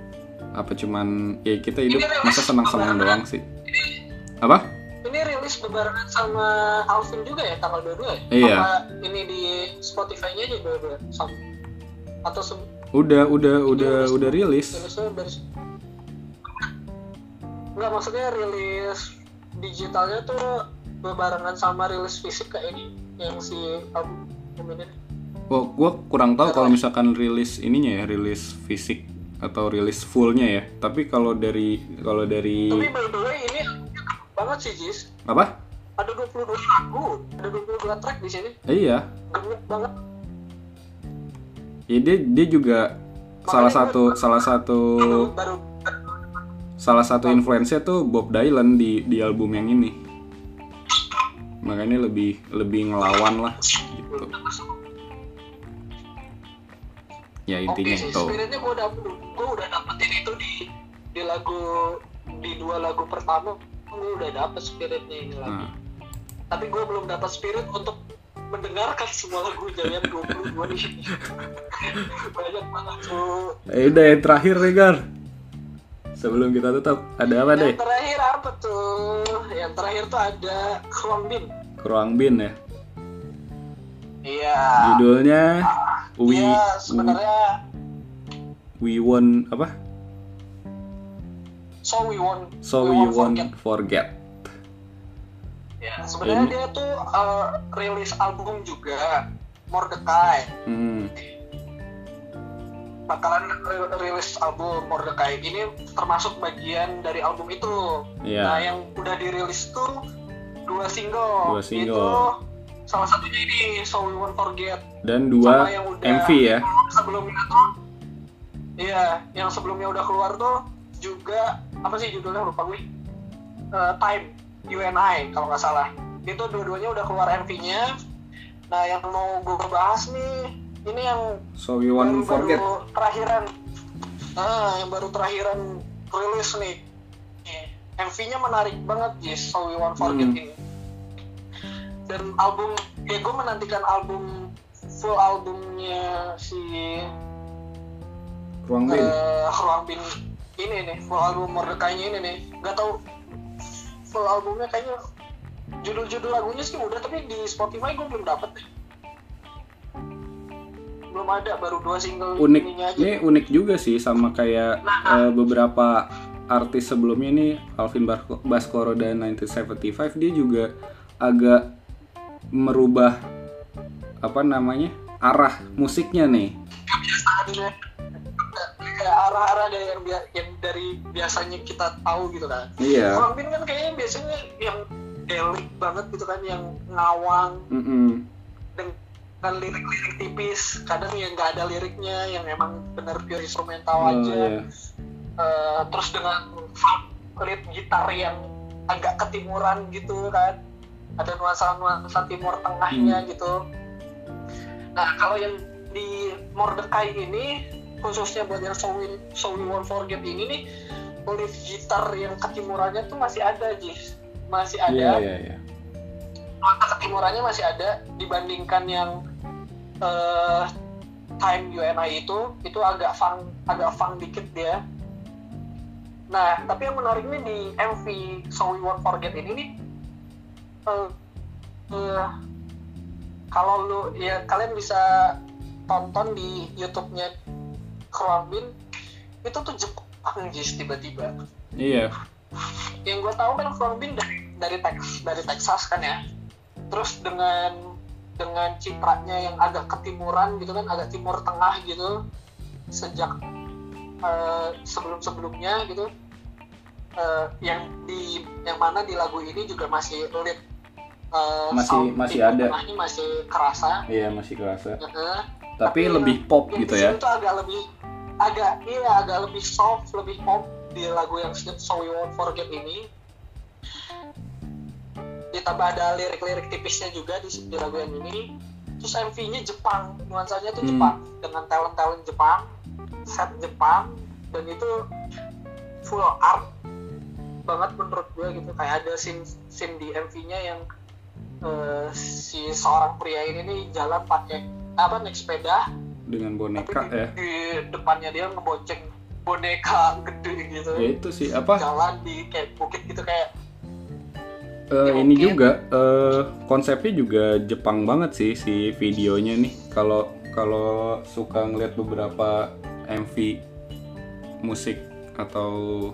ya kita hidup masa senang-senang doang sih. Apa? Ini rilis berbarengan sama Alvin juga ya, tanggal 22 ya? Iya. Apa ini di Spotify-nya aja berdua sama? Atau udah rilis. Enggak, maksudnya rilis digitalnya tuh berbarengan sama rilis fisik kayak ini yang si album ini. Oh, gue kurang tahu kalau misalkan rilis ininya ya, rilis fisik atau rilis fullnya ya. Tapi kalau dari Tapi by the way ini banget sih Jis. Apa? Ada 22 lagu, ada 22 track di sini. Iya. Gemuk banget. Ya dia juga salah satu influence-nya tuh Bob Dylan di album yang ini. Makanya lebih ngelawan lah gitu. Ya intinya itu. Spiritnya gue udah dapetin itu di dua lagu pertama gue udah dapet spiritnya ini lagi. Nah, Tapi gue belum dapat spirit untuk mendengarkan semua lagunya yang 22 nih. Banyak banget tuh. udah yang terakhir nih Gar. Sebelum kita tutup, ada apa deh? Yang terakhir apa tuh? Yang terakhir tuh ada Khruangbin. Khruangbin ya. Iya. Judulnya Iya, sebenarnya We Won't apa? So We Won't Forget. Ya, sebenarnya dia tuh rilis album juga, Mordecai. Bakalan rilis album Mordecai. Ini termasuk bagian dari album itu. Iya. Nah, yang udah dirilis tuh 2 single. Itu salah satunya ini So We Won't Forget. Dan 2 MV ya. Sebelumnya tuh, iya, yang sebelumnya udah keluar tuh juga apa sih judulnya, lupa gue. Time, You and I kalau nggak salah. Itu dua-duanya udah keluar MV-nya. Nah, yang mau gue bahas nih, ini yang So We Won't Forget. Terakhiran. Nah, yang baru terakhiran rilis nih. MV-nya menarik banget, Jis, So We Won't Forget ini. Dan album, ya gue menantikan full albumnya si Khruangbin ini nih, full album Mordecai-nya ini nih. Gak tau full albumnya, kayaknya judul-judul lagunya sih udah, tapi di Spotify gue belum dapet deh. Belum ada, baru 2 single ininya aja. Ini unik juga sih, sama kayak beberapa artis sebelumnya nih, Alvin Baskoro dan 1975, dia juga agak merubah arah musiknya nih. Kebiasaannya arah-arah yang dari biasanya kita tahu gitu kan. Iya. Khruangbin kan kayaknya biasanya yang delik banget gitu kan, yang ngawang dengan lirik-lirik tipis, kadang yang nggak ada liriknya, yang emang bener pure instrumental aja. Terus dengan lead gitar yang agak ketimuran gitu kan, ada nuansa timur tengahnya gitu. Nah, kalau yang di Mordecai ini, khususnya buat yang So We Won't Forget ini nih, lead gitar yang ketimurannya tuh masih ada, Jis. Masih ada. Iya. Nuansa ketimurannya masih ada dibandingkan yang Time You and I itu agak funk dikit dia. Nah, tapi yang menarik nih di MV So We Won't Forget ini nih, kalau kalian bisa tonton di YouTube-nya Khruangbin, itu tuh Jepang, Jis, tiba-tiba. Iya. Yang gue tahu kan Khruangbin dari Texas kan ya. Terus dengan citranya yang agak ketimuran gitu kan, agak timur tengah gitu, sejak sebelum-sebelumnya gitu, yang mana di lagu ini juga masih lead, masih ada, masih kerasa. Iya, masih kerasa. Tapi lebih pop gitu ya. Itu agak lebih soft, lebih pop di lagu yang So We Won't Forget ini. Ditambah ada lirik-lirik tipisnya juga di lagu yang ini. Terus MV-nya Jepang, nuansanya tuh Jepang, dengan talent Jepang, set Jepang, dan itu full art banget menurut gue gitu. Kayak ada scene di MV-nya yang si seorang pria ini nih jalan naik sepeda dengan boneka, tapi di depannya dia ngebonceng boneka gede gitu. Ya itu sih apa? Jalan di kayak bukit gitu kayak. Ini juga konsepnya juga Jepang banget sih si videonya nih. Kalau suka ngeliat beberapa MV musik atau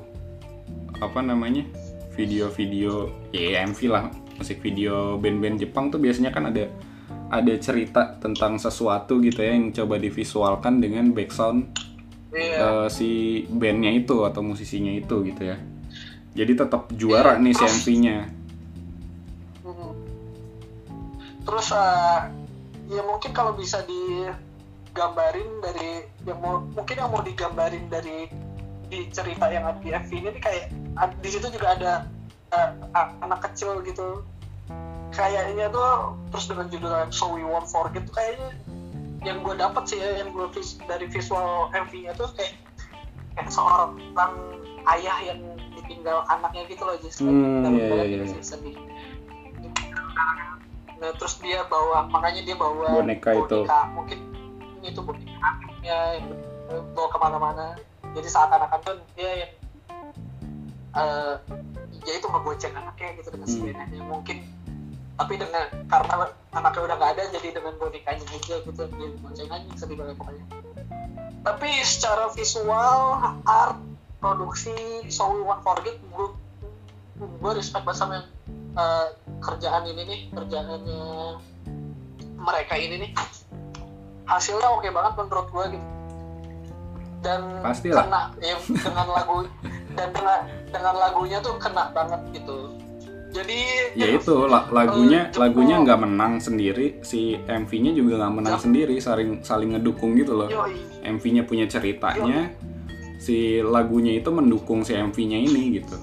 video-video MV lah, musik video band-band Jepang tuh biasanya kan ada cerita tentang sesuatu gitu ya, yang coba divisualkan dengan background si bandnya itu atau musisinya itu gitu ya. Jadi tetap juara nih si MV-nya. Terus ya mungkin kalau bisa digambarin dari yang mau digambarin dari di cerita yang ada di MV ini kayak di situ juga ada anak kecil gitu. Kayaknya tuh terus dengan judul So We Won't Forget tuh kayaknya yang gue dapat sih ya, yang gue dari visual MV-nya tuh kayak kayak seorang ayah yang ditinggal anaknya gitu loh, Jis. Iya. Sedih. Nah, terus dia makanya dia bawa Boneka itu. mungkin itu boneka anaknya yang bawa kemana-mana. Jadi seakan-akan tuh dia yang ya itu ngeboceng anaknya gitu dengan sebenarnya mungkin, tapi karena anaknya udah nggak ada, jadi dengan bonekanya aja gitu dia boceng aja, sedih banget pokoknya. Tapi secara visual, art, produksi, So We Won't Forget, gue respect banget sama yang kerjaannya mereka ini nih. Hasilnya oke banget menurut gue gitu. Dan pastilah. kena ya, dengan lagu dan dengan lagunya tuh kena banget gitu. Jadi ya itu lagunya nggak menang sendiri, si MV-nya juga nggak menang sendiri, saling ngedukung gitu loh. MV-nya punya ceritanya, si lagunya itu mendukung si MV-nya ini gitu.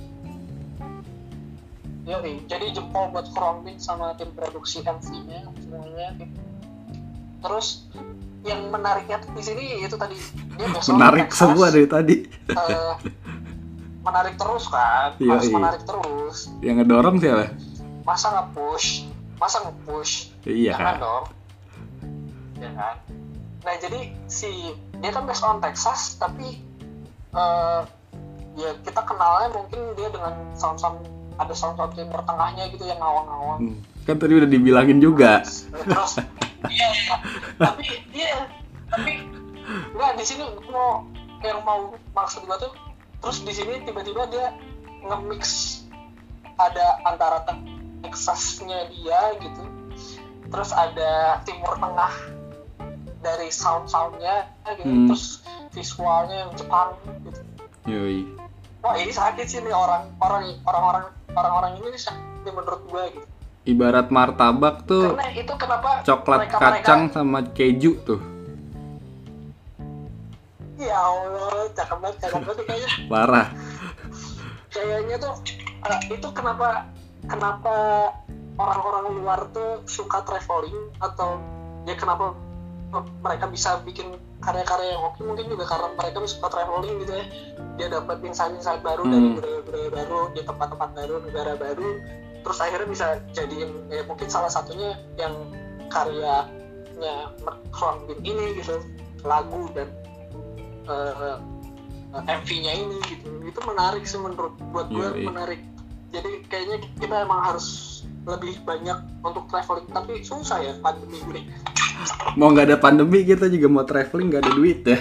Jadi jempol buat Khruangbin sama tim produksi MV-nya semuanya. Terus yang menariknya di sini itu tadi dia menarik Texas, semua dari tadi. Menarik terus kan, harus menarik terus. Yang ngedorong siapa? Masa nge-push? Iya kan dong. Ya kan. Nah jadi dia kan based on Texas, tapi ya kita kenalnya mungkin dia dengan sound timur tengahnya gitu yang ngawang-ngawang. Kan tadi udah dibilangin juga. Terus tapi nggak, di sini mau maksud gua tuh, terus di sini tiba-tiba dia nge-mix ada antara Texasnya dia gitu, terus ada timur tengah dari soundnya gitu, terus visualnya yang Jepang gitu. Wah ini sakit sih nih orang-orang ini sakit menurut gue gitu. Ibarat martabak tuh. Karena itu kenapa coklat kacang sama keju tuh. Ya Allah, cakep banget kayaknya. Parah. Kayaknya tuh itu kenapa orang-orang luar tuh suka traveling, atau ya kenapa mereka bisa bikin karya-karya yang oke, mungkin juga karena mereka suka traveling gitu ya. Dia dapat insight baru dari budaya-budaya baru, di tempat-tempat baru, negara baru, terus akhirnya bisa jadiin mungkin salah satunya yang karyanya Khruangbin ini gitu, lagu dan MV-nya ini gitu. Itu menarik sih buat gue menarik. Jadi kayaknya kita emang harus lebih banyak untuk traveling, tapi susah ya pandemi ini. Mau nggak ada pandemi kita juga mau traveling nggak ada duit ya.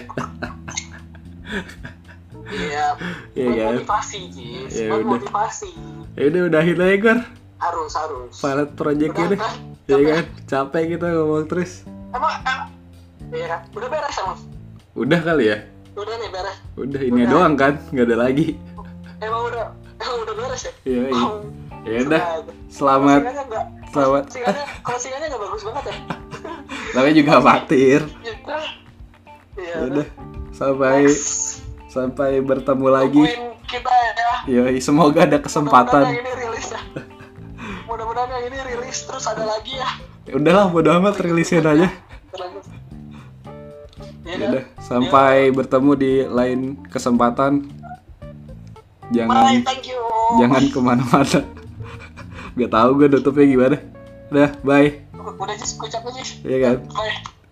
Iya, motivasi Jis, motivasi. Ya udahin aja Gor. Harus. Pilot project ini. Iya kan, capek kita ngomong terus. Emang iya, udah beres emang. Udah kali ya. Udah nih beres. Udah ini doang kan, nggak ada lagi. Emang udah beres ya. Iya. Ya udah. Selamat. Kalau singanya nggak bagus banget ya. Tapi juga amatir. Iya. Udah. Sampai bertemu lagi. Kita ya. Yoi, semoga ada kesempatan. Mudah-mudahan yang ini rilis terus ada lagi ya. Udahlah, bodo amat, rilisin aja. Ya udah, sampai bertemu di lain kesempatan. Jangan kemana-mana. Gak tahu gue tutupnya gimana. Udah, bye. Udah just ucap aja. Iya kan. Bye.